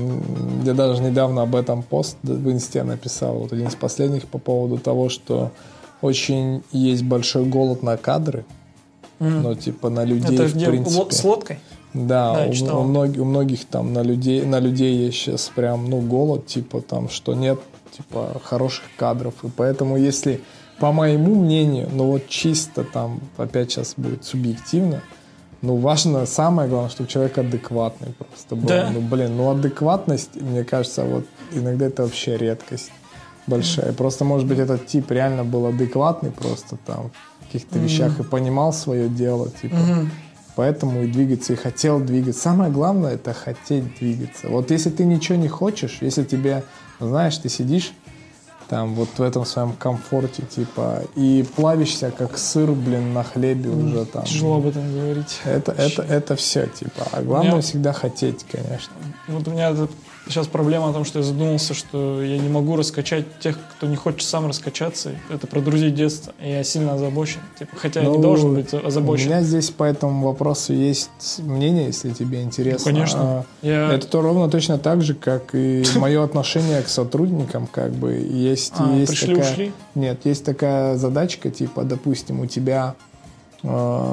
Speaker 1: я даже недавно об этом пост в инсте написал, вот один из последних, по поводу того, что очень есть большой голод на кадры, mm. ну, типа, на людей,
Speaker 2: это
Speaker 1: в
Speaker 2: где,
Speaker 1: принципе.
Speaker 2: С лодкой?
Speaker 1: Да, да у, у, многих, у многих там на людей, на людей есть сейчас прям, ну, голод, типа, там, что нет, типа, хороших кадров, и поэтому, если, по моему мнению, ну, вот чисто там, опять сейчас будет субъективно, ну, важно, самое главное, чтобы человек адекватный просто был.
Speaker 2: Да.
Speaker 1: Ну, блин, ну, адекватность, мне кажется, вот иногда это вообще редкость большая. Просто, может быть, этот тип реально был адекватный просто там в каких-то mm-hmm. вещах и понимал свое дело, типа. Mm-hmm. Поэтому и двигаться, и хотел двигаться. Самое главное — это хотеть двигаться. Вот если ты ничего не хочешь, если тебе, знаешь, ты сидишь там вот в этом своем комфорте, типа, и плавишься, как сыр, блин, на хлебе mm, уже там.
Speaker 2: Тяжело об этом говорить.
Speaker 1: Это, это, это все, типа. А главное меня, всегда хотеть, конечно.
Speaker 2: Вот у меня сейчас проблема о том, что я задумался, что я не могу раскачать тех, кто не хочет сам раскачаться. Это про друзей детства. И я сильно озабочен. Типа, хотя ну, я не должен быть озабочен.
Speaker 1: У меня здесь по этому вопросу есть мнение, если тебе интересно.
Speaker 2: Ну, конечно.
Speaker 1: Я... Это то ровно точно так же, как и мое отношение к сотрудникам, как бы. Есть,
Speaker 2: а,
Speaker 1: есть
Speaker 2: пришли,
Speaker 1: такая...
Speaker 2: ушли?
Speaker 1: Нет, есть такая задачка, типа, допустим, у тебя, э,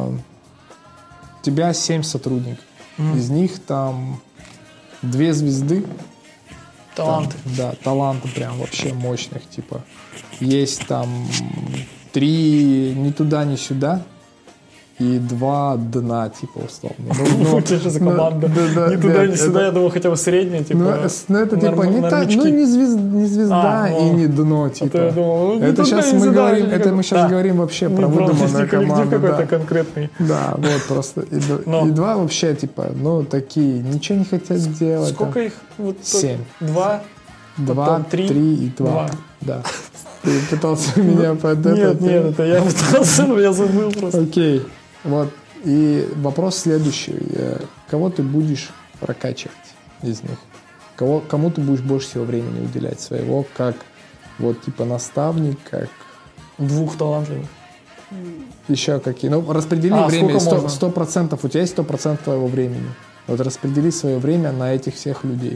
Speaker 1: у тебя семь сотрудников. Mm. Из них там две звезды.
Speaker 2: Таланты.
Speaker 1: Там, да, таланты прям вообще мощных, типа. Есть там три ни туда, ни сюда. И два дна, типа, условно.
Speaker 2: Ну, это же за команда. Ни туда, ни сюда, я думал, хотя бы средняя, типа.
Speaker 1: Ну, это, типа, не звезда и не дно, типа. Это сейчас мы говорим, это мы сейчас говорим вообще про выдуманную команду.
Speaker 2: какой-то конкретный.
Speaker 1: Да, вот просто. И два вообще, типа, ну, такие, ничего не хотят сделать.
Speaker 2: Сколько их?
Speaker 1: Семь.
Speaker 2: Два?
Speaker 1: Два, три и два. Да. Ты пытался меня под это...
Speaker 2: Нет, нет, это я пытался, но я забыл просто.
Speaker 1: Окей. Вот. И вопрос следующий. Кого ты будешь прокачивать из них? Кого, кому ты будешь больше всего времени уделять своего, как вот типа наставник, как...
Speaker 2: Двух талантливых.
Speaker 1: Еще какие? Ну, распредели а, время. сто процентов у тебя есть сто процентов твоего времени. Вот распредели свое время на этих всех людей.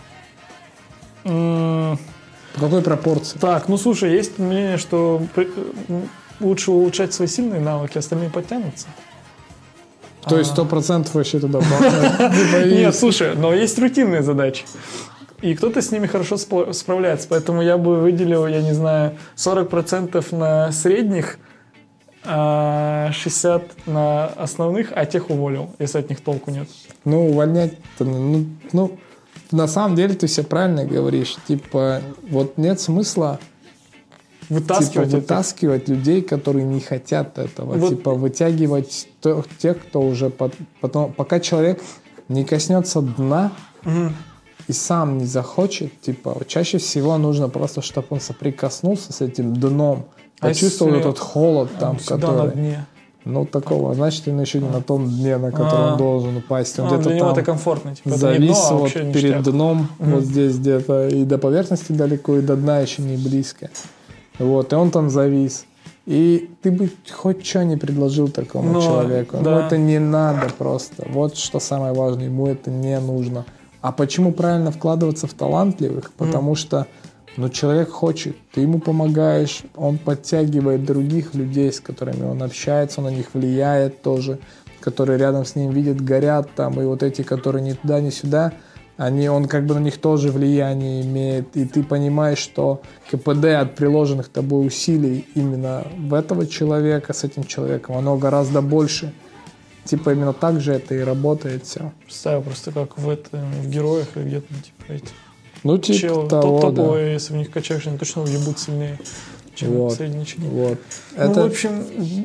Speaker 2: Mm.
Speaker 1: В какой пропорции?
Speaker 2: Так, ну слушай, есть мнение, что лучше улучшать свои сильные навыки, остальные подтянутся.
Speaker 1: То есть сто процентов вообще туда
Speaker 2: Нет, слушай, но есть рутинные задачи. И кто-то с ними хорошо справляется. Поэтому я бы выделил, я не знаю, сорок процентов на средних, шестьдесят процентов на основных, а тех уволил, если от них толку нет.
Speaker 1: Ну, увольнять-то, ну, ну, на самом деле ты все правильно говоришь. Типа, вот нет смысла
Speaker 2: вытаскивать,
Speaker 1: типа, вытаскивать людей, которые не хотят этого. Вот. Типа, вытягивать то, тех, кто уже... Под, потом, пока человек не коснется дна угу. и сам не захочет, типа, чаще всего нужно просто, чтобы он соприкоснулся с этим дном, а почувствовал этот холод там,
Speaker 2: всегда
Speaker 1: который...
Speaker 2: на дне.
Speaker 1: Ну, такого, значит, он еще не на том дне, на который
Speaker 2: А.
Speaker 1: он должен упасть. Он
Speaker 2: А,
Speaker 1: где-то
Speaker 2: для него
Speaker 1: там
Speaker 2: это комфортно. Типа, это не
Speaker 1: завис
Speaker 2: дно, а
Speaker 1: вот
Speaker 2: вообще
Speaker 1: перед
Speaker 2: ништяк.
Speaker 1: дном,
Speaker 2: Мгм.
Speaker 1: вот здесь где-то, и до поверхности далеко, и до дна еще не близко. Вот, и он там завис. И ты бы хоть что не предложил такому
Speaker 2: Но,
Speaker 1: человеку.
Speaker 2: да.
Speaker 1: Ему это не надо просто. Вот что самое важное, ему это не нужно. А почему правильно вкладываться в талантливых? Потому что ну, человек хочет, ты ему помогаешь, он подтягивает других людей, с которыми он общается, он на них влияет тоже, которые рядом с ним видят, горят там, и вот эти, которые ни туда, ни сюда, они, он как бы на них тоже влияние имеет, и ты понимаешь, что КПД от приложенных тобой усилий именно в этого человека, с этим человеком, оно гораздо больше. Типа именно так же это и работает все.
Speaker 2: Представил просто как в, это, в героях или где-то типа эти
Speaker 1: Ну, типа
Speaker 2: челы,
Speaker 1: того,
Speaker 2: топ-
Speaker 1: да.
Speaker 2: топовые, если в них качаешь, они точно уебут сильнее, чем
Speaker 1: Вот,
Speaker 2: среднячки.
Speaker 1: вот.
Speaker 2: Ну,
Speaker 1: Это...
Speaker 2: в общем,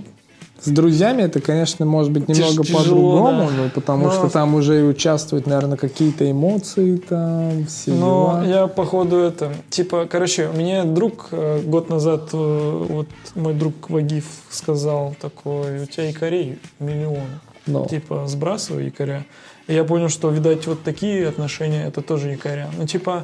Speaker 1: С друзьями это, конечно, может быть немного
Speaker 2: Тяж- тяжело,
Speaker 1: по-другому,
Speaker 2: да.
Speaker 1: ну, потому
Speaker 2: Но-
Speaker 1: что там уже и участвуют, наверное, какие-то эмоции, там, все
Speaker 2: но
Speaker 1: дела.
Speaker 2: я, походу, это... Типа, короче, мне друг э, год назад, э, вот мой друг Вагиф сказал такой, у тебя якорей миллион.
Speaker 1: Но.
Speaker 2: Типа, сбрасывай якоря. И я понял, что, видать, вот такие отношения, это тоже якоря. Ну, типа,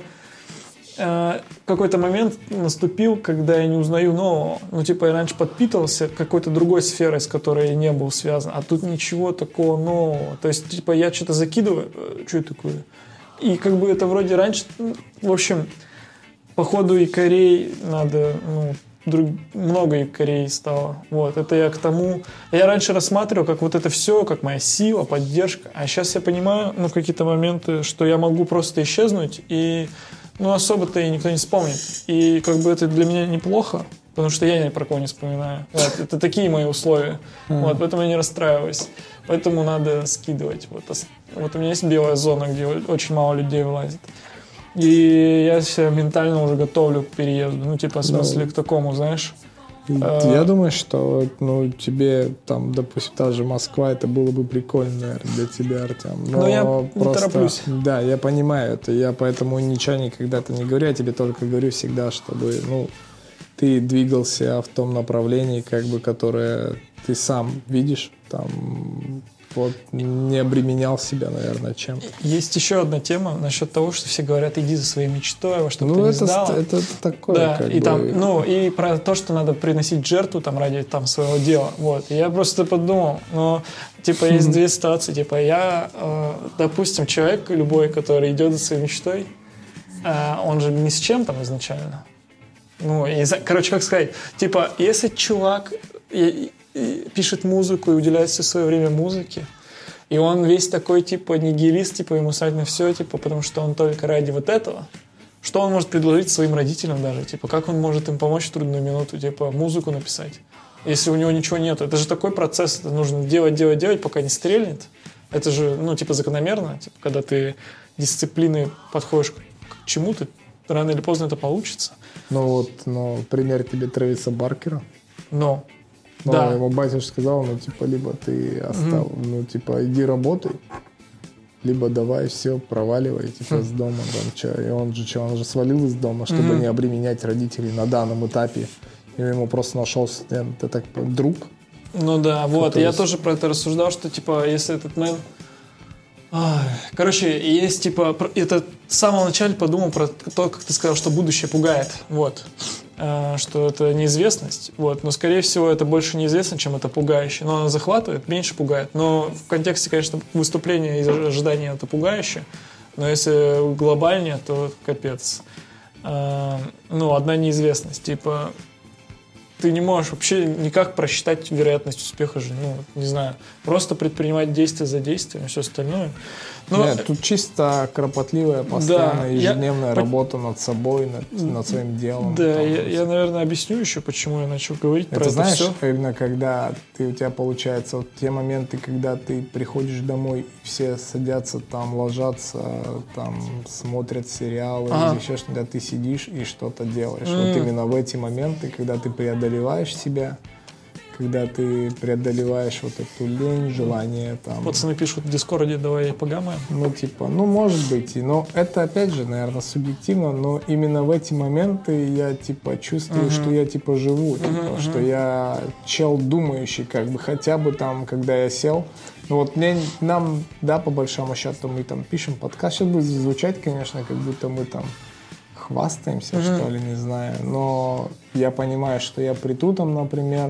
Speaker 2: э, какой-то момент наступил, когда я не узнаю нового. Ну, типа, я раньше подпитывался какой-то другой сферой, с которой я не был связан. А тут ничего такого нового. То есть, типа, я что-то закидываю, э, что это такое? И как бы это вроде раньше... ну, в общем, по ходу якорей надо... Ну, друг, много якорей стало. Вот, это я к тому... Я раньше рассматривал, как вот это все, как моя сила, поддержка. А сейчас я понимаю, ну, в какие-то моменты, что я могу просто исчезнуть, и, ну, особо-то и никто не вспомнит. И как бы это для меня неплохо, потому что я ни про кого не вспоминаю. Вот, это такие мои условия. Вот, поэтому я не расстраиваюсь. Поэтому надо скидывать. Вот, ос- вот у меня есть белая зона, где о- очень мало людей вылазит. И я себя ментально уже готовлю к переезду. Ну, типа, в смысле,
Speaker 1: Ну,
Speaker 2: к такому, знаешь.
Speaker 1: Я думаю, что ну, тебе, там, допустим, та же Москва, это было бы прикольно, наверное, для тебя, Артем. Но,
Speaker 2: Но я не
Speaker 1: просто,
Speaker 2: тороплюсь.
Speaker 1: Да, я понимаю это. Я поэтому ничего никогда-то не говорю. Я тебе только говорю всегда, чтобы ну, ты двигался в том направлении, как бы, которое ты сам видишь, там, вот, не обременял себя, наверное, чем-то.
Speaker 2: Есть еще одна тема насчет того, что все говорят, иди за своей мечтой, во что бы
Speaker 1: Ну,
Speaker 2: ты не
Speaker 1: это,
Speaker 2: сдал.
Speaker 1: это, это такое,
Speaker 2: Да,
Speaker 1: как
Speaker 2: и
Speaker 1: бы...
Speaker 2: там, ну, и про то, что надо приносить жертву там ради там своего дела. Вот. И я просто подумал, ну, типа, есть две ситуации. Типа, я, э, допустим, человек любой, который идет за своей мечтой, э, он же ни с чем там изначально. Ну, и, за- короче, как сказать, типа, если чувак и- и пишет музыку и уделяет все свое время музыке, и он весь такой, типа, нигилист, типа, ему срать на все, типа, потому что он только ради вот этого, что он может предложить своим родителям даже, типа, как он может им помочь в трудную минуту, типа, музыку написать, если у него ничего нет. Это же такой процесс, это нужно делать, делать, делать, пока не стрельнет. Это же, ну, типа, закономерно, типа, когда ты дисциплиной подходишь к к чему-то, рано или поздно это получится.
Speaker 1: Ну вот, ну, пример тебе Трэвиса Баркера.
Speaker 2: Но,
Speaker 1: Но
Speaker 2: да,
Speaker 1: ему батюшка сказал, ну, типа, либо ты остал, ну, типа, иди работай, либо давай все, проваливай, типа, с дома, там, чё. И он же, что, он же свалил из дома, чтобы не обременять родителей на данном этапе. И ему просто нашелся, это так, друг.
Speaker 2: ну да, вот,
Speaker 1: который
Speaker 2: я
Speaker 1: с-
Speaker 2: тоже про это рассуждал, что, типа, если этот мэн... Ай, короче, есть, типа, про- это с самого начала подумал про то, как ты сказал, что будущее пугает, вот, А, что это неизвестность, вот, но, скорее всего, это больше неизвестно, чем это пугающе, но оно захватывает, меньше пугает, но в контексте, конечно, выступления из ожидания это пугающе, но если глобальнее, то капец. А, ну, одна неизвестность, типа, ты не можешь вообще никак просчитать вероятность успеха же, ну, не знаю, просто предпринимать действия за действием, все остальное. Но,
Speaker 1: Нет, тут чисто кропотливая, постоянная,
Speaker 2: я-
Speaker 1: ежедневная
Speaker 2: по-
Speaker 1: работа над собой, над, над своим делом.
Speaker 2: да,
Speaker 1: там,
Speaker 2: я, я, наверное, объясню еще, почему я начал говорить про
Speaker 1: Это
Speaker 2: это
Speaker 1: знаешь,
Speaker 2: все.
Speaker 1: именно когда ты, у тебя получается вот те моменты, когда ты приходишь домой, все садятся там, ложатся, там смотрят сериалы,
Speaker 2: Ага.
Speaker 1: или еще что-то, ты сидишь и что-то делаешь.
Speaker 2: М.
Speaker 1: Вот именно в эти моменты, когда ты преодолеваешь себя, когда ты преодолеваешь вот эту лень, желание там...
Speaker 2: Пацаны пишут в Дискорде, давай погамаем.
Speaker 1: Ну, типа, ну, может быть. Но это, опять же, наверное, субъективно, но именно в эти моменты я, типа, чувствую, uh-huh. что я, типа, живу, типа, uh-huh, что uh-huh. я чел думающий, как бы, хотя бы там, когда я сел. Ну, вот мне, нам, да, по большому счету, мы там пишем подкаст, сейчас будет звучать, конечно, как будто мы там хвастаемся, uh-huh. что ли, не знаю, но я понимаю, что я приду там, например,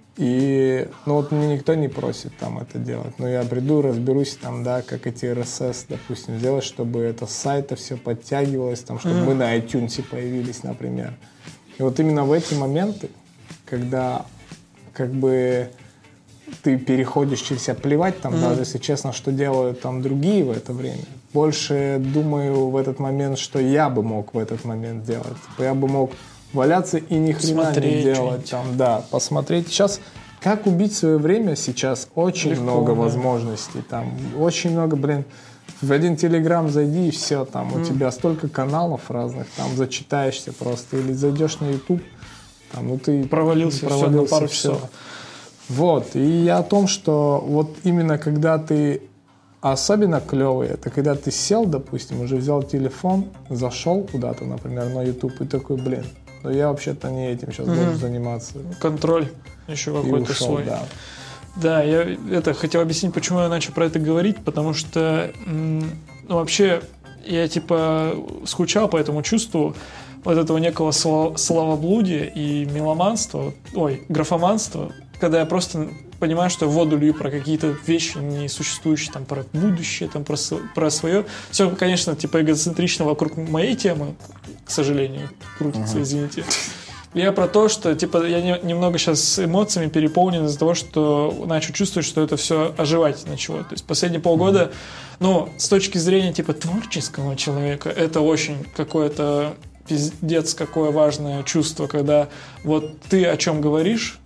Speaker 1: и, ну, вот мне никто не просит там это делать, но я приду, разберусь там, да, как эти эр эс эс, допустим, сделать, чтобы это с сайта все подтягивалось, там, чтобы uh-huh. мы на iTunes появились, например. И вот именно в эти моменты, когда, как бы, ты переходишь через себя, плевать там, uh-huh. даже если честно, что делают там другие в это время, больше думаю в этот момент, что я бы мог в этот момент делать. Типа, я бы мог валяться и ни хрена смотреть, не делать. Там, да, посмотреть. Сейчас, как убить свое время сейчас, очень легко, много да. возможностей. Там, очень много, блин, в один Телеграм зайди и все, там mm. у тебя столько каналов разных, там зачитаешься просто. Или зайдешь на YouTube, там, ну ты
Speaker 2: провалился, провалился все, на пару все. часов.
Speaker 1: Вот, и я о том, что вот именно когда ты особенно клевый, это когда ты сел, допустим, уже взял телефон, зашел куда-то, например, на YouTube и такой, блин, ну я вообще-то не этим сейчас mm-hmm. буду заниматься.
Speaker 2: Контроль еще какой-то ушел, свой.
Speaker 1: Да.
Speaker 2: да, я это хотел объяснить, почему я начал про это говорить, потому что ну, вообще я типа скучал по этому чувству вот этого некого славоблудия и меломанства, ой, графоманства, когда я просто понимаю, что я в воду лью про какие-то вещи несуществующие, там, про будущее, там, про, про свое. Все, конечно, типа эгоцентрично вокруг моей темы, к сожалению, крутится, uh-huh. извините. Я про то, что, типа, я не, немного сейчас эмоциями переполнен из-за того, что начал чувствовать, что это все оживать начало. То есть последние полгода, uh-huh. ну, с точки зрения, типа, творческого человека, это очень какое-то пиздец, какое важное чувство, когда вот ты о чем говоришь,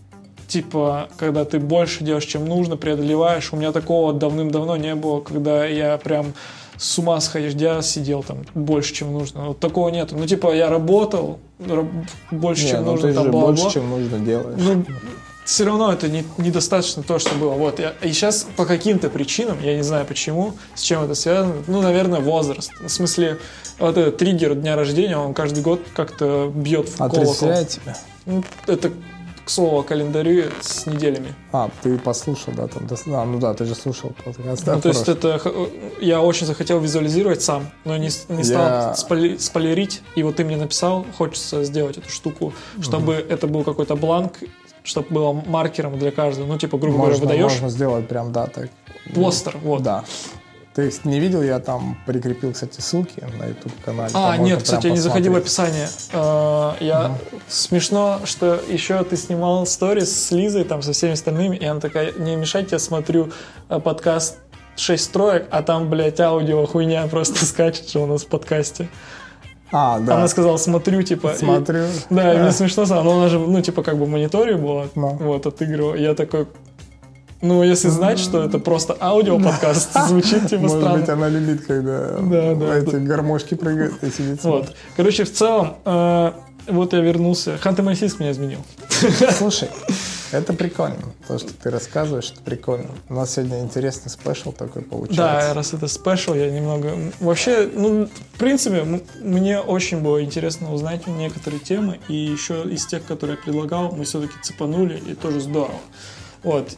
Speaker 2: типа, когда ты больше делаешь, чем нужно, преодолеваешь. У меня такого давным-давно не было, когда я прям с ума сходя сидел там больше, чем нужно. Вот такого нету. Ну, типа, я работал раб- больше, не, чем
Speaker 1: ну,
Speaker 2: нужно.
Speaker 1: Ты
Speaker 2: там
Speaker 1: же
Speaker 2: бла-бла.
Speaker 1: больше, чем нужно делаешь.
Speaker 2: Ну, все равно это не, недостаточно то, что было. Вот. Я, и сейчас по каким-то причинам, я не знаю почему, с чем это связано, ну, наверное, возраст. В смысле, вот этот триггер дня рождения, он каждый год как-то бьет в колокол.
Speaker 1: Отрезвляет тебя?
Speaker 2: Ну, это... К слову, о календаре с неделями.
Speaker 1: А, ты послушал, да? Там, а, ну да, ты же слушал подкаст.
Speaker 2: Ну, то есть это... Я очень захотел визуализировать сам, но не, не стал я... споли, спойлерить. И вот ты мне написал, хочется сделать эту штуку, чтобы mm-hmm. это был какой-то бланк, чтобы было маркером для каждого. Ну, типа, грубо говоря, выдаешь...
Speaker 1: Можно сделать прям, да, так.
Speaker 2: Постер, вот.
Speaker 1: Да. Ты не видел, я там прикрепил, кстати, ссылки на YouTube-канале.
Speaker 2: А, нет, кстати, я не заходил в описание. Я...
Speaker 1: Угу.
Speaker 2: Смешно, что еще ты снимал сторис с Лизой, там, со всеми остальными, и она такая, не мешайте, я смотрю подкаст шесть строек, а там, блядь, аудио хуйня просто скачет, что у нас в подкасте.
Speaker 1: А, да.
Speaker 2: Она сказала, смотрю, типа...
Speaker 1: Смотрю.
Speaker 2: И, да, и мне смешно стало, но она же, ну, типа, как бы в мониторе была,
Speaker 1: no.
Speaker 2: вот, отыгрывала. Я такой... Ну, если знать, что это просто аудиоподкаст, звучит типа странно.
Speaker 1: Может быть, она любит, когда
Speaker 2: да, да,
Speaker 1: эти
Speaker 2: да.
Speaker 1: гармошки прыгают и сидит.
Speaker 2: Вот. Короче, в целом, э, вот я вернулся. Ханты-Мансийск меня изменил.
Speaker 1: Слушай, это прикольно. То, что ты рассказываешь, это прикольно. У нас сегодня интересный спешл такой получается.
Speaker 2: Да, раз это спешл, я немного... Вообще, ну, в принципе, мне очень было интересно узнать некоторые темы. И еще из тех, которые я предлагал, мы все-таки цепанули, и тоже здорово. Вот.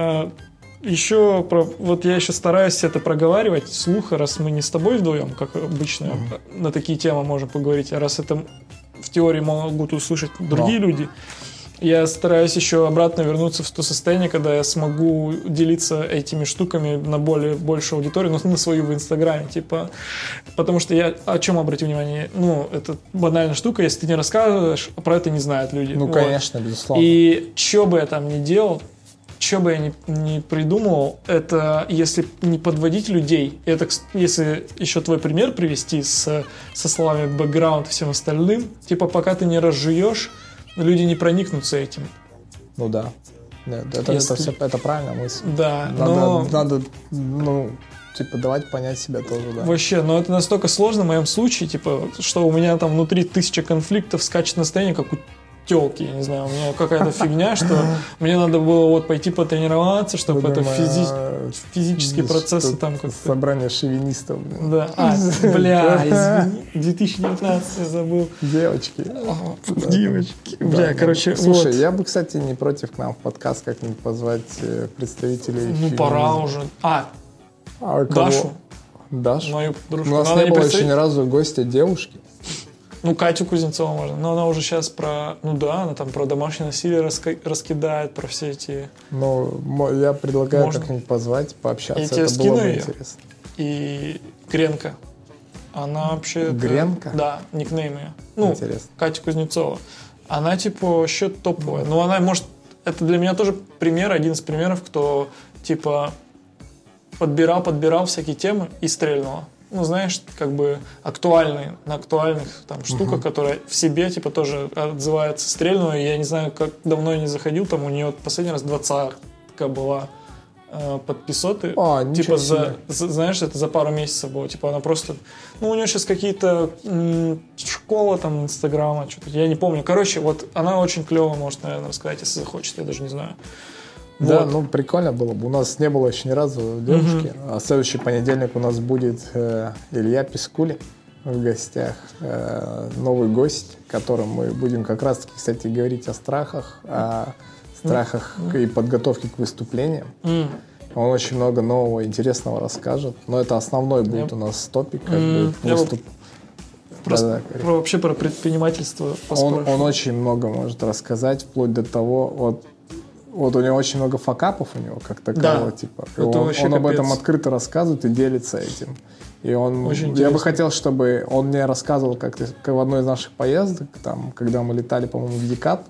Speaker 2: Еще про, вот я еще стараюсь это проговаривать вслух, раз мы не с тобой вдвоем, как обычно, mm-hmm. на такие темы можем поговорить, а раз это в теории могут услышать другие no. люди, я стараюсь еще обратно вернуться в то состояние, когда я смогу делиться этими штуками на более большую аудиторию, но на свою в Инстаграме, типа, потому что я о чем обратил внимание, ну, это банальная штука, если ты не рассказываешь, про это не знают люди.
Speaker 1: Ну,
Speaker 2: вот.
Speaker 1: Конечно, безусловно.
Speaker 2: И что бы я там ни делал, что бы я ни, ни придумывал, это если не подводить людей, это если еще твой пример привести с, со словами бэкграунд и всем остальным, типа пока ты не разжуешь, люди не проникнутся этим.
Speaker 1: Ну да, Нет, это, если... это, все, это правильная мысль.
Speaker 2: Да,
Speaker 1: надо,
Speaker 2: но...
Speaker 1: надо, ну, типа давать понять себя тоже, да.
Speaker 2: Вообще, но это настолько сложно в моем случае, типа, что у меня там внутри тысяча конфликтов, скачет настроение, как у телки, я не знаю, у меня какая-то фигня, что мне надо было вот пойти потренироваться, чтобы это физи- физические процессы там как-то...
Speaker 1: Собрание шовинистов.
Speaker 2: Да, а, бля, извини, две тысячи девятнадцатый я забыл.
Speaker 1: Девочки.
Speaker 2: Девочки. Бля, короче,
Speaker 1: слушай,
Speaker 2: вот.
Speaker 1: я бы, кстати, не против к нам в подкаст как-нибудь позвать представителей
Speaker 2: Ну,
Speaker 1: феминизма.
Speaker 2: пора уже. А,
Speaker 1: А кого?
Speaker 2: Дашу.
Speaker 1: Дашу?
Speaker 2: Мою подружку.
Speaker 1: У нас
Speaker 2: Надо
Speaker 1: не было
Speaker 2: представить...
Speaker 1: еще ни разу гостя девушки.
Speaker 2: Ну, Катю Кузнецову можно. Но она уже сейчас про... Ну да, она там про домашнее насилие раска... раскидает, про все эти...
Speaker 1: Ну, я предлагаю
Speaker 2: Можно.
Speaker 1: как-нибудь позвать, пообщаться.
Speaker 2: Я
Speaker 1: Это
Speaker 2: тебе
Speaker 1: было
Speaker 2: скину
Speaker 1: бы
Speaker 2: ее.
Speaker 1: интересно.
Speaker 2: И Гренко. Она вообще...
Speaker 1: Гренко?
Speaker 2: Да, никнейм ее. Ну,
Speaker 1: Интересно.
Speaker 2: Катя Кузнецова. Она, типа, вообще топовая. Ну, она, может... Это для меня тоже пример, один из примеров, кто, типа, подбирал, подбирал всякие темы и стрельнула. Ну, знаешь, как бы актуальные, на актуальных там штуках, uh-huh. которые в себе, типа, тоже отзываются. Стрельнула, я не знаю, как давно я не заходил, там у нее последний раз двадцатка была э, подписоты.
Speaker 1: А,
Speaker 2: типа, за, за, знаешь, это за пару месяцев было. Типа, она просто... Ну, у нее сейчас какие-то м- школа там, инстаграма, что-то, я не помню. Короче, вот она очень клево может, наверное, рассказать, если захочет, я даже не знаю.
Speaker 1: Да,
Speaker 2: вот.
Speaker 1: ну прикольно было бы. У нас не было еще ни разу девушки. Uh-huh. А следующий понедельник у нас будет э, Илья Пискули в гостях. Э, новый гость, которым мы будем как раз-таки, кстати, говорить о страхах, о страхах uh-huh. и подготовке к выступлениям. Uh-huh. Он очень много нового, интересного расскажет. Но это основной будет yep. у нас топик, как uh-huh. бы выступ.
Speaker 2: Про, да, да, про, вообще про предпринимательство.
Speaker 1: Он, он очень много может рассказать, вплоть до того, вот Вот у него очень много факапов у него, как такового,
Speaker 2: да,
Speaker 1: типа. Он, он об этом открыто рассказывает и делится этим. И он,
Speaker 2: очень
Speaker 1: я бы хотел, чтобы он мне рассказывал, как, как в одной из наших поездок, там, когда мы летали, по-моему, в Дикат,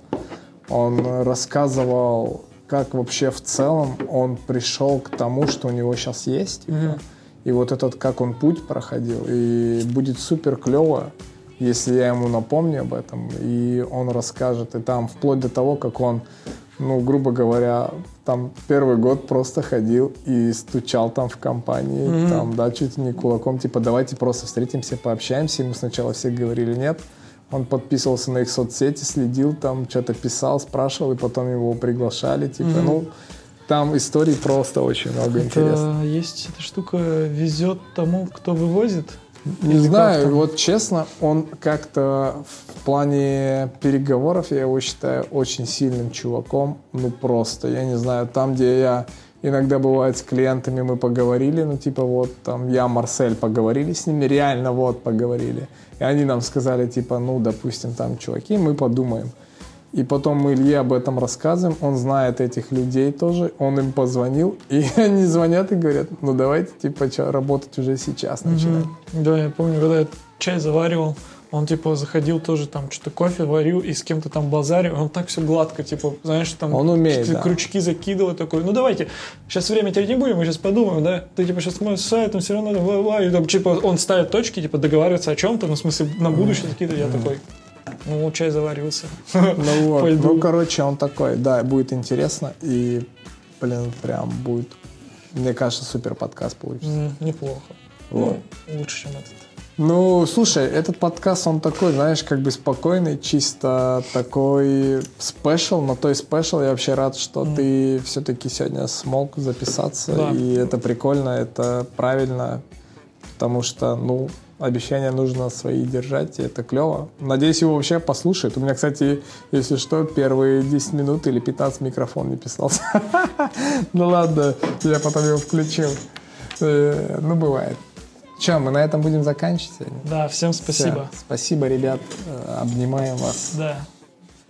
Speaker 1: он рассказывал, как вообще в целом он пришел к тому, что у него сейчас есть. Типа. Mm-hmm. И вот этот, как он путь проходил. И будет супер клево, если я ему напомню об этом, и он расскажет. И там вплоть до того, как он, ну, грубо говоря, там первый год просто ходил и стучал там в компании, mm-hmm. там, да, чуть ли не кулаком, типа, давайте просто встретимся, пообщаемся. Ему сначала все говорили нет. Он подписывался на их соцсети, следил там, что-то писал, спрашивал, и потом его приглашали, типа, mm-hmm. ну, там историй просто очень много интересных.
Speaker 2: Есть эта штука, везет тому, кто вывозит?
Speaker 1: Не Или знаю, вот честно, он как-то в плане переговоров, я его считаю очень сильным чуваком, ну просто, я не знаю, там, где я иногда бывает с клиентами, мы поговорили, ну типа вот там я, Марсель, поговорили с ними, реально вот поговорили, и они нам сказали типа, ну допустим там чуваки, мы подумаем. И потом мы Илье об этом рассказываем, он знает этих людей тоже, он им позвонил, и они звонят и говорят, ну давайте типа что, работать уже сейчас начинать.
Speaker 2: Mm-hmm. Да, я помню, когда я чай заваривал, он типа заходил тоже там, что-то кофе варил и с кем-то там базарил, он так все гладко, типа, знаешь, там
Speaker 1: он умеет, да.
Speaker 2: крючки закидывал, такой, ну давайте, сейчас время терять не будем, мы сейчас подумаем, да, ты типа сейчас смотришь сайт, там все равно, бла-бла, и там типа он ставит точки, типа договаривается о чем-то, ну в смысле на будущее какие-то, я такой... Ну, чай заварился.
Speaker 1: Ну вот, ну, короче, он такой, да, будет интересно, и, блин, прям будет, мне кажется, супер подкаст получится.
Speaker 2: Mm, неплохо. Вот. Ну, лучше, чем этот.
Speaker 1: Ну, слушай, этот подкаст, он такой, знаешь, как бы спокойный, чисто такой спешл, но той спешл, я вообще рад, что mm. ты все-таки сегодня смог записаться, да. И это прикольно, это правильно, потому что, ну, обещания нужно свои держать, и это клево. Надеюсь, его вообще послушают. У меня, кстати, если что, первые десять минут или пятнадцать микрофон не писался. Ну ладно, я потом его включил. Ну, бывает. Че, мы на этом будем заканчивать сегодня?
Speaker 2: Да, всем спасибо.
Speaker 1: Спасибо, ребят. Обнимаем вас.
Speaker 2: Да.